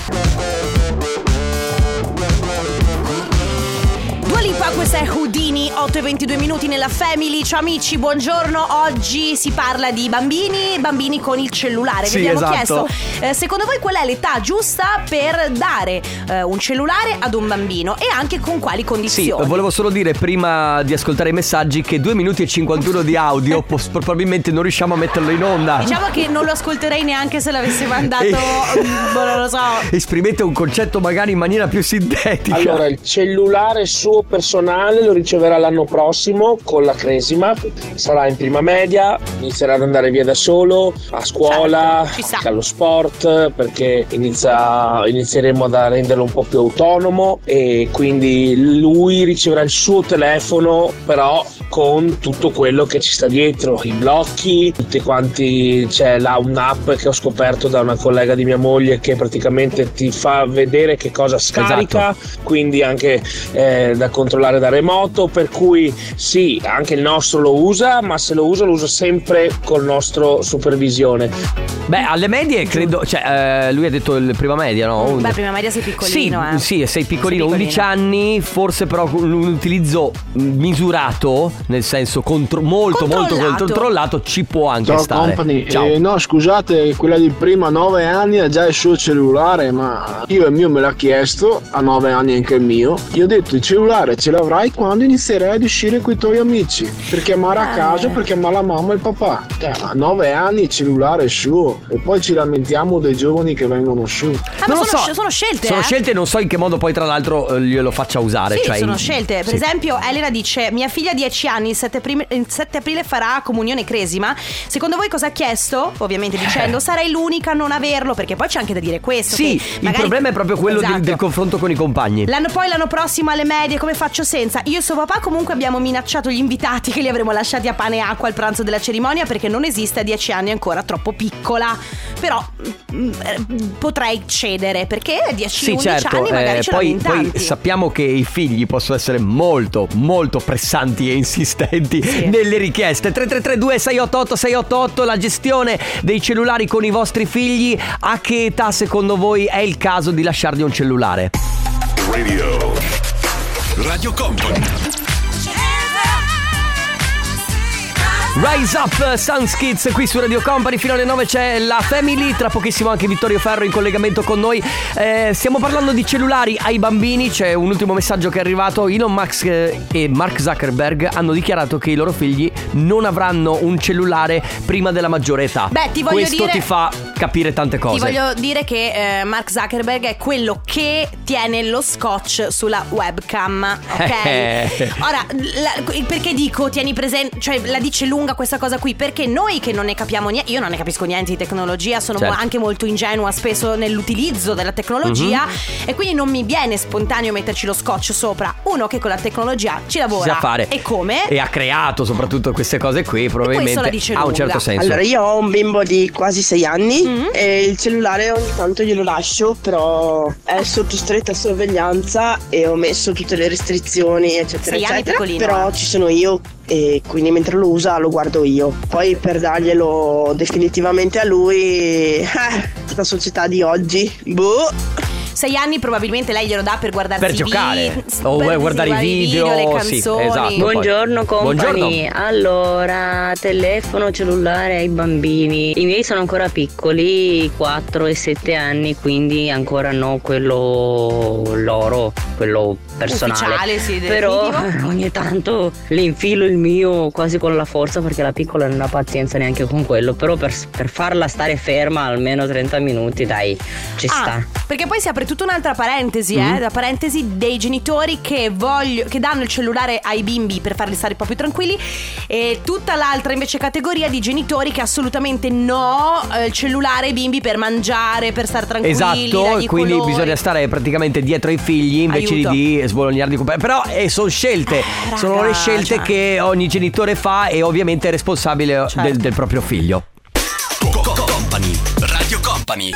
Dua Lipa, questa è Houdini, otto e ventidue minuti nella Family. Ciao amici, buongiorno. Oggi si parla di bambini, bambini con il cellulare. Sì, Vi abbiamo esatto. chiesto, eh, secondo voi qual è l'età giusta per dare eh, un cellulare ad un bambino e anche con quali Sì, condizioni? volevo solo dire prima di ascoltare i messaggi che due minuti e cinquantuno di audio po- probabilmente non riusciamo a metterlo in onda. Diciamo che non lo ascolterei neanche se l'avessi mandato, boh, non lo so. Esprimete un concetto magari in maniera più sintetica. Allora, il cellulare suo personale lo riceverà l'anno prossimo con la cresima, sarà in prima media, inizierà ad andare via da solo, a scuola, Certo, allo sport, perché inizia, inizieremo a renderlo un po' più autonomo e quindi lui riceverà il suo telefono, però con tutto quello che ci sta dietro, i blocchi, tutti quanti. C'è là un'app che ho scoperto da una collega di mia moglie che praticamente ti fa vedere che cosa scarica, Esatto. Quindi anche eh, da controllare da remoto, per cui sì, anche il nostro lo usa, ma se lo usa lo usa sempre con nostro supervisione. Beh, alle medie credo, cioè eh, lui ha detto il prima media, no? Beh, prima media sei piccolino, Sì, eh. sì, sei piccolino, Sei undici anni, forse però con un utilizzo misurato, nel senso contro- molto molto Controllato. controllato, ci può anche Ciao stare. company, Ciao. Eh, no scusate, quella di prima nove anni ha già il suo cellulare, ma io il mio me l'ha chiesto, a nove anni anche il mio. Io ho detto il cellulare ce l'avrai quando inizierai ad uscire con i tuoi amici, per chiamare a casa, per chiamare la mamma e il papà. Eh, a nove anni il cellulare è suo e poi ci lamentiamo dei giovani che vengono su. Ah, ma Non lo sono, so. sono scelte, Sono eh? scelte, non so in che modo poi tra l'altro eh, glielo faccia usare. Sì, cioè, sono in- scelte. Per sì. esempio, Elena dice: mia figlia ha dieci anni, il sette, prim- il sette aprile farà comunione cresima. Secondo voi cosa ha chiesto? Ovviamente dicendo sarei l'unica a non averlo, perché poi c'è anche da dire questo. Sì, che il magari- problema è proprio quello di- Esatto. del confronto con i compagni. L'anno poi l'anno prossimo alle medie come faccio senza? Io e suo papà comunque abbiamo minacciato gli invitati che li avremmo lasciati a pane e acqua al pranzo della cerimonia, perché non esiste a dieci anni, è ancora troppo piccola. Però mm, eh, potrei cedere, perché a dieci Sì, undici certo, anni magari eh, ce poi, l'hanno in poi tanti. sappiamo che i figli possono essere molto, molto pressanti e insistenti nelle richieste. Tre tre tre due sei otto otto sei otto otto, la gestione dei cellulari con i vostri figli. A che età secondo voi è il caso di lasciargli un cellulare? Radio Radio Company. Rise Up, Suns Kids qui su Radio Company. Fino alle nove c'è la Family. Tra pochissimo anche Vittorio Ferro in collegamento con noi. eh, Stiamo parlando di cellulari ai bambini. C'è un ultimo messaggio che è arrivato. Elon Musk e Mark Zuckerberg hanno dichiarato che i loro figli non avranno un cellulare prima della maggiore età. Beh, ti voglio Questo dire- ti fa capire tante cose. Ti voglio dire che eh, Mark Zuckerberg è quello che tiene lo scotch sulla webcam, ok? Ora, la- perché dico tieni presente, cioè la dice lunga questa cosa qui, perché noi che non ne capiamo niente, io non ne capisco niente di tecnologia, sono Certo. mo- anche molto ingenua spesso nell'utilizzo della tecnologia, Mhm. e quindi non mi viene spontaneo metterci lo scotch sopra. Uno che con la tecnologia ci lavora Sa fare. e come? E ha creato soprattutto queste cose qui. Probabilmente la dice ha un lunga. certo senso. Allora, io ho un bimbo di quasi sei anni e il cellulare ogni tanto glielo lascio, però è sotto stretta sorveglianza e ho messo tutte le restrizioni, eccetera, Sei anni eccetera. piccolino, Però eh. ci sono io e quindi mentre lo usa lo guardo io. Poi per darglielo definitivamente a lui, eh, la società di oggi, boh. sei anni probabilmente lei glielo dà per guardarsi Per i giocare. vi- O per guardare i video, le sì, canzoni. esatto. Buongiorno company. Buongiorno. Allora, telefono cellulare ai bambini. I miei sono ancora piccoli, quattro e sette anni, quindi ancora no quello loro, quello personale. Ufficiale, sì, Però definitivo. ogni tanto le infilo il mio quasi con la forza perché la piccola non ha pazienza neanche con quello. Però per, per farla stare ferma almeno trenta minuti, dai, ci Ah, sta. perché poi si apre tutta un'altra parentesi, Mm-hmm. eh, la parentesi dei genitori che voglio, che danno il cellulare ai bimbi per farli stare un po' più tranquilli, e tutta l'altra invece categoria di genitori che assolutamente no, eh, il cellulare ai bimbi per mangiare, per stare tranquilli. Esatto, dargli quindi colori. bisogna stare praticamente dietro ai figli invece Aiuto. di sbolognarli di compagnia. Però eh, sono scelte, sono raga, le scelte cioè. che ogni genitore fa e ovviamente è responsabile Certo. del, del proprio figlio. Company, Radio Company.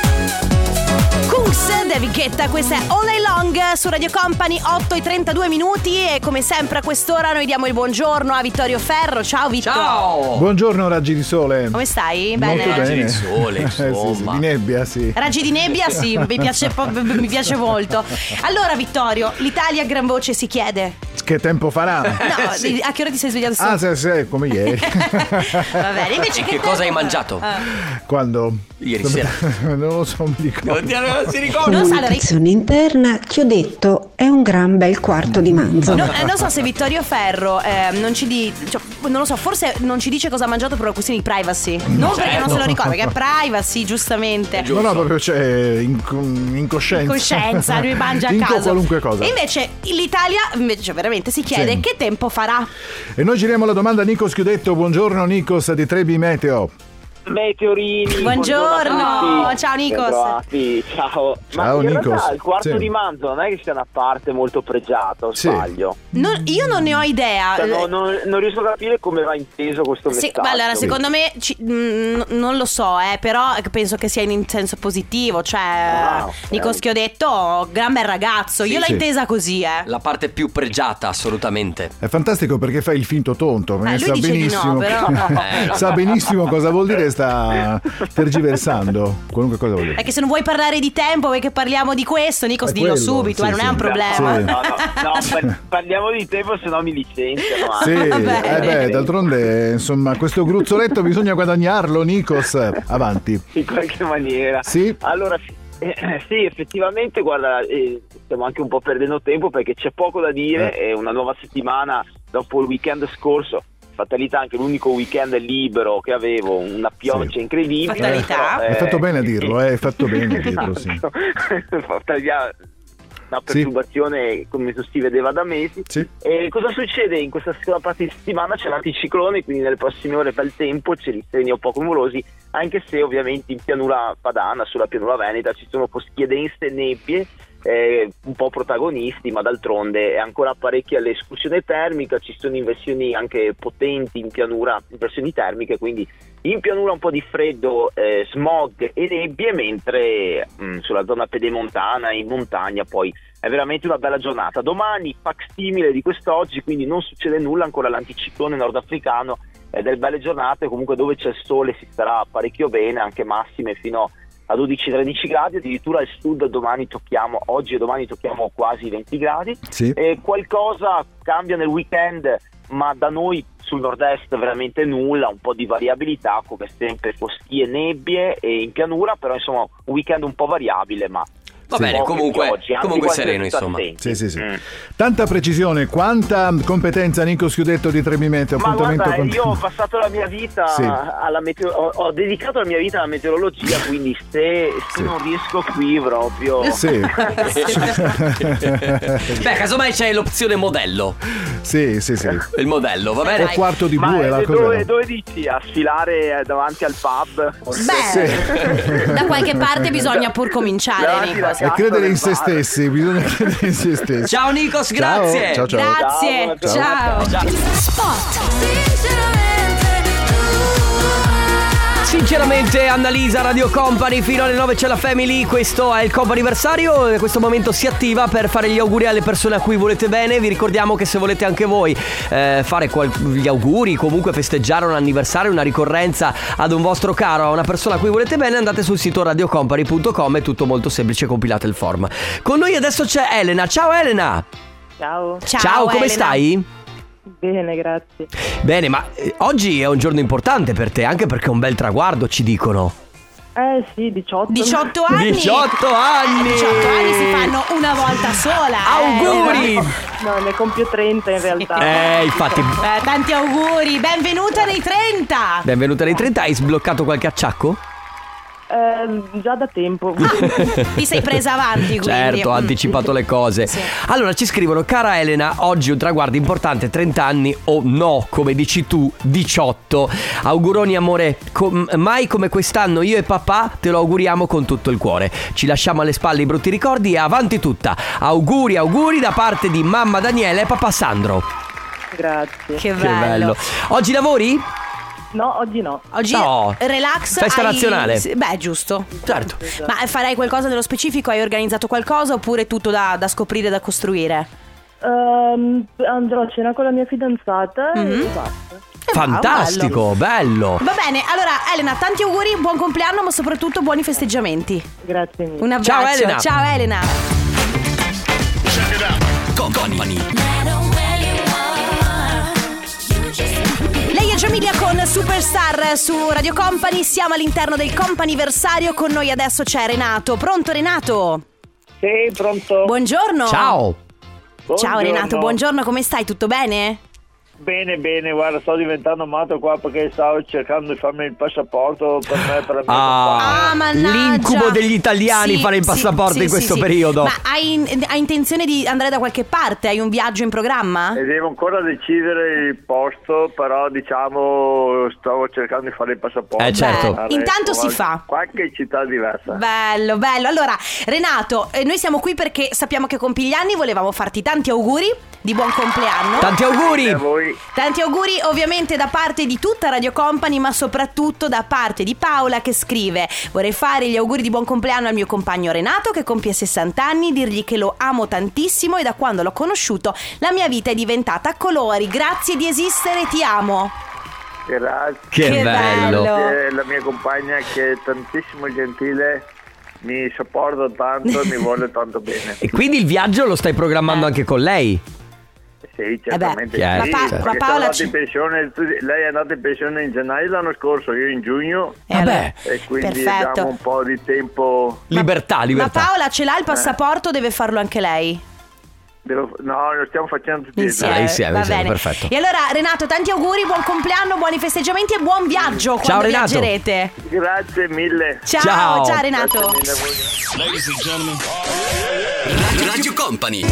Kungs, David Guetta, questa è All Night Long su Radio Company, otto e trentadue minuti, e come sempre a quest'ora noi diamo il buongiorno a Vittorio Ferro. Ciao Vitto. Ciao. Buongiorno raggi di sole. Come stai? Bene? Molto bene. Raggi di sole, Eh, sì, sì, insomma. di nebbia, sì. Raggi di nebbia, sì, mi piace, po- mi piace molto. Allora Vittorio, l'Italia a gran voce si chiede. Che tempo farà? No, di- a che ora ti sei svegliato? Ah, sì, sì, come ieri. Va bene, invece E che, che cosa hai mangiato? Quando? Ieri sera. Non lo so, mi ricordo. Non si ricorda. Non so, allora, Comunicazione interna, chiodetto è un gran bel quarto di manzo. no, eh, non so se Vittorio Ferro eh, non ci di, cioè, non lo so, forse non ci dice cosa ha mangiato per una questione di privacy. Non perché non se lo ricorda, perché è privacy, giustamente. No, no, proprio c'è inco- incoscienza. Coscienza, lui mangia a Inco caso. qualunque cosa. E invece l'Italia invece veramente si chiede Sì. che tempo farà. E noi giriamo la domanda a Nikos Chiudetto. Buongiorno Nikos di Trebi Meteo. Meteorini, Buongiorno, a tutti. ciao Nikos. Bentrovati, ciao. Ciao, Ma in Nikos. realtà il quarto Sì. di manzo non è che sia una parte molto pregiata, o Sì. sbaglio? Non- io non ne ho idea. Cioè, no- non, non riesco a capire come va inteso questo Se- messaggio. ma allora, secondo me ci- mh, non lo so, eh, però penso che sia in senso positivo. Cioè, Ah, ok. Nikos che ho detto, gran bel ragazzo. Io l'ho sì. intesa così, eh. La parte più pregiata, assolutamente. È fantastico perché fa il finto tonto. Eh, lui sa dice di benissimo no, però. Eh, no. sa benissimo cosa vuol dire, sta tergiversando qualunque cosa vuol dire. È che se non vuoi parlare di tempo, vuoi che parliamo di questo, Nikos, È dillo quello, subito, sì, eh, non sì. è un problema. Sì. No, no, no, par- parliamo di tempo, se no mi licenziano. Sì, anche. eh beh, d'altronde, insomma, questo gruzzoletto bisogna guadagnarlo, Nikos. Avanti. In qualche maniera. Sì. Allora, sì, eh, sì, effettivamente, guarda, eh, stiamo anche un po' perdendo tempo perché c'è poco da dire. Eh. È una nuova settimana dopo il weekend scorso. Fatalità, anche l'unico weekend libero che avevo, una pioggia incredibile. Fatalità. però, Hai eh, fatto bene a dirlo, eh, hai fatto bene a dirlo, sì. Fatalità, una perturbazione come si vedeva da mesi. Sì. E cosa succede in questa seconda parte di settimana? C'è l'anticiclone, quindi nelle prossime ore bel tempo, cieli sereni un po' nuvolosi, anche se ovviamente in pianura padana, sulla pianura veneta, ci sono foschie dense e nebbie, eh, un po' protagonisti, ma d'altronde è ancora parecchia l'escursione termica, ci sono inversioni anche potenti in pianura, inversioni termiche, quindi in pianura un po' di freddo, eh, smog e nebbie, mentre mh, sulla zona pedemontana e in montagna poi è veramente una bella giornata. Domani facsimile di quest'oggi, quindi non succede nulla, ancora l'anticiclone nordafricano, eh, delle belle giornate comunque dove c'è il sole, si starà parecchio bene, anche massime fino a dodici tredici gradi, addirittura al sud domani tocchiamo, oggi e domani tocchiamo quasi venti gradi. Sì. E qualcosa cambia nel weekend, ma da noi sul nord-est veramente nulla, un po' di variabilità come sempre, foschie, nebbie e in pianura, però insomma un weekend un po' variabile, ma Va bene, poche comunque, piogge, anzi, comunque quasi sereno, tutti insomma. attenti. Sì, sì, sì. Mm. Tanta precisione, quanta competenza, Nikos Chiudetto di Trebi Meteo. Ma Appuntamento guarda, con... io ho passato la mia vita Sì. alla meteo- ho, ho dedicato la mia vita alla meteorologia, quindi se, se non riesco qui proprio Sì. Beh, casomai c'è l'opzione modello. Sì, sì, sì. Il modello, va bene? O quarto di Ma bue, la eh, cosa. dove, dove dici? A sfilare eh, davanti al pub? Beh, da qualche parte bisogna pur cominciare, Davanti Nikos. E credere in se stessi, bisogna credere in se stessi. Ciao Nikos, Ciao, grazie. ciao, ciao. Grazie, ciao. Ciao. Spot. Chiaramente Annalisa, Radio Company, fino alle nove c'è la Family. Questo è il comp'anniversario e in questo momento si attiva per fare gli auguri alle persone a cui volete bene. Vi ricordiamo che se volete anche voi eh, fare qual- gli auguri, comunque festeggiare un anniversario, una ricorrenza ad un vostro caro, a una persona a cui volete bene, andate sul sito radio company punto com, è tutto molto semplice, compilate il form. Con noi adesso c'è Elena. Ciao Elena. Ciao. Ciao, Ciao come Elena. Stai? Bene, grazie. Bene, ma eh, oggi è un giorno importante per te, anche perché è un bel traguardo, ci dicono. Eh sì, diciotto. diciotto anni. diciotto anni. Eh, diciotto anni si fanno una volta sola. Auguri. Eh. No, ne compio trenta in realtà. Eh, infatti. Eh, tanti auguri, benvenuta nei trenta. Benvenuta nei trenta, hai sbloccato qualche acciacco? Eh, già da tempo. Ti sei presa avanti, quindi. Certo, ha anticipato le cose. Sì. Allora ci scrivono: cara Elena, oggi un traguardo importante, trenta anni o no, come dici tu, diciotto. Auguroni amore, com- mai come quest'anno io e papà te lo auguriamo con tutto il cuore. Ci lasciamo alle spalle i brutti ricordi e avanti tutta. Auguri, auguri da parte di mamma Daniela e papà Sandro. Grazie. Che bello. Che bello. Oggi lavori? No, oggi no. Oggi no. Relax. Festa hai... nazionale. Beh, giusto. Certo. Ma farai qualcosa nello specifico? Hai organizzato qualcosa oppure tutto da, da scoprire, da costruire? Um, andrò a cena con la mia fidanzata mm-hmm. e basta. Fantastico, bello. Va bene, allora Elena, tanti auguri, buon compleanno, ma soprattutto buoni festeggiamenti. Grazie mille. Un abbraccio. Ciao Elena. Ciao Elena. Company. Lei è Giamilia con Superstar su Radio Company. Siamo all'interno del comp'anniversario. Con noi adesso c'è Renato. Pronto Renato? Sì, pronto. Buongiorno. Ciao. Buongiorno. Ciao Renato, buongiorno, come stai? Tutto bene? Bene, bene, guarda, sto diventando matto qua perché stavo cercando di farmi il passaporto per me, per la mia ah, ah, mannaggia. L'incubo degli italiani, sì, fare il passaporto sì, in sì, questo sì, periodo. Ma hai, hai intenzione di andare da qualche parte? Hai un viaggio in programma? E devo ancora decidere il posto, però diciamo stavo cercando di fare il passaporto. Eh certo. Beh, intanto si fa. Qualche città diversa. Bello, bello. Allora, Renato, eh, noi siamo qui perché sappiamo che compi gli anni, volevamo farti tanti auguri di buon compleanno. Tanti auguri. A voi. Tanti auguri ovviamente da parte di tutta Radio Company, ma soprattutto da parte di Paola che scrive: vorrei fare gli auguri di buon compleanno al mio compagno Renato che compie sessanta anni, dirgli che lo amo tantissimo e da quando l'ho conosciuto la mia vita è diventata a colori. Grazie di esistere, ti amo. Grazie. Che, che bello, bello. La mia compagna che è tantissimo gentile, mi sopporta tanto e mi vuole tanto bene. E quindi il viaggio lo stai programmando eh. anche con lei? Sì, certamente. Eh beh, sì, ma pa- perché ma Paola sono andato in pensione, lei è andata in pensione in gennaio dell'anno scorso, io in giugno. Eh beh, e quindi perfetto. abbiamo un po' di tempo. Libertà, libertà. Ma Paola ce l'ha il passaporto, deve farlo anche lei? Devo, no, lo stiamo facendo tutti insieme. Ah, insieme, Va insieme, bene. perfetto. E allora Renato, tanti auguri, buon compleanno, buoni festeggiamenti e buon viaggio ciao, quando Renato. viaggerete. Grazie mille. Ciao, ciao, ciao Renato. Ladies and gentlemen. Radio Company.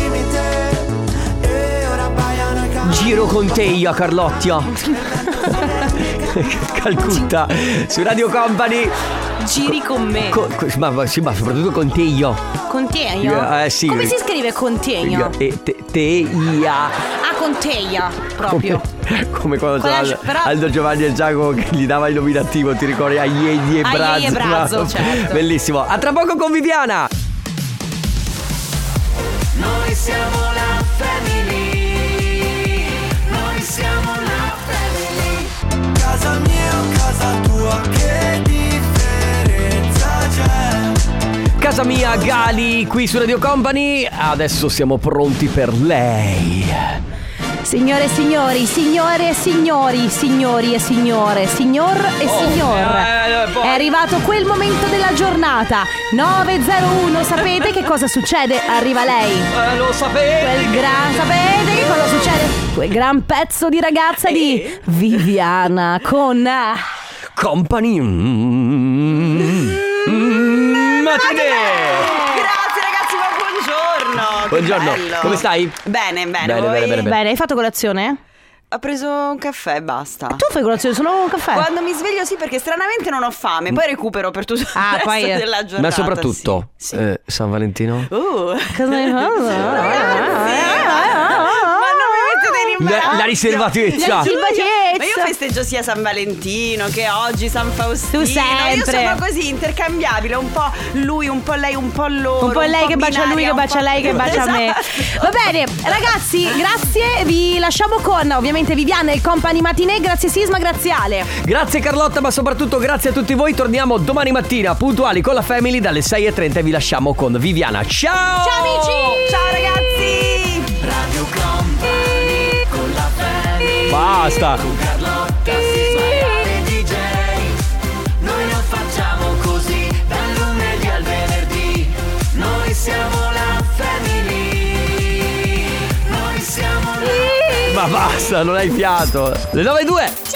Giro con te io a Carlottia. Calcutta su Radio Company. Giri con me. Co- co- ma, ma, sì, ma soprattutto con te io. Con te io? Eh, sì. Come si scrive con te io? E te, te ia. Ah, con te io, proprio. Come, come quando c'era Quella- però- Aldo Giovanni e Giacomo che gli dava il nominativo, ti ricordi? Aiei e Brazzo. Aiei e Brazzo, certo. Bellissimo. A tra poco con Viviana. Noi siamo la family. Noi siamo la family. Casa mia o casa tua, che differenza c'è? Casa mia, Gali, qui su Radio Company. Adesso siamo pronti per lei. Signore e signori, signore e signori, signori e signore, signor e Oh, signor. eh, eh, poi- È arrivato quel momento della giornata. nove zero uno, sapete che cosa succede? Arriva lei. Eh, lo sapete. Quel gran, sapete che cosa succede? Quel gran pezzo di ragazza di Viviana con Company. Mm, mm, matinee. Grazie ragazzi, ma buongiorno. Che Buongiorno, bello. come stai? Bene, bene. Bene, voi? bene, bene, Bene, hai fatto colazione? Ho preso un caffè e basta. Tu fai colazione solo un caffè? Quando mi sveglio sì, perché stranamente non ho fame. Poi recupero per tutto il Ah, resto poi- della giornata. Ma soprattutto sì. eh, San Valentino. Uh. Cosa hai fatto? Ragazzi, ma non mi mettete in La, imbarazzo. la riservatezza. La riservatezza. Ma io festeggio sia San Valentino che oggi San Faustino. Tu sempre. Io sono così intercambiabile, un po' lui, un po' lei, un po' loro. Un po' lei che bacia lui, che bacia lei, che bacia me. Va bene, ragazzi, grazie. Vi lasciamo con ovviamente Viviana e il Company Matinee. Grazie Sisma, grazie Ale. Grazie Carlotta, ma soprattutto grazie a tutti voi. Torniamo domani mattina puntuali con la Family dalle sei e trenta e vi lasciamo con Viviana. Ciao! Ciao amici! Ciao ragazzi! Radio Company con la Family. Basta! Con Carlotta, Sisma e D J. Noi lo facciamo così, dal lunedì al venerdì. Noi siamo la Family. Noi siamo la Ma basta, non hai fiato. Le nove e due.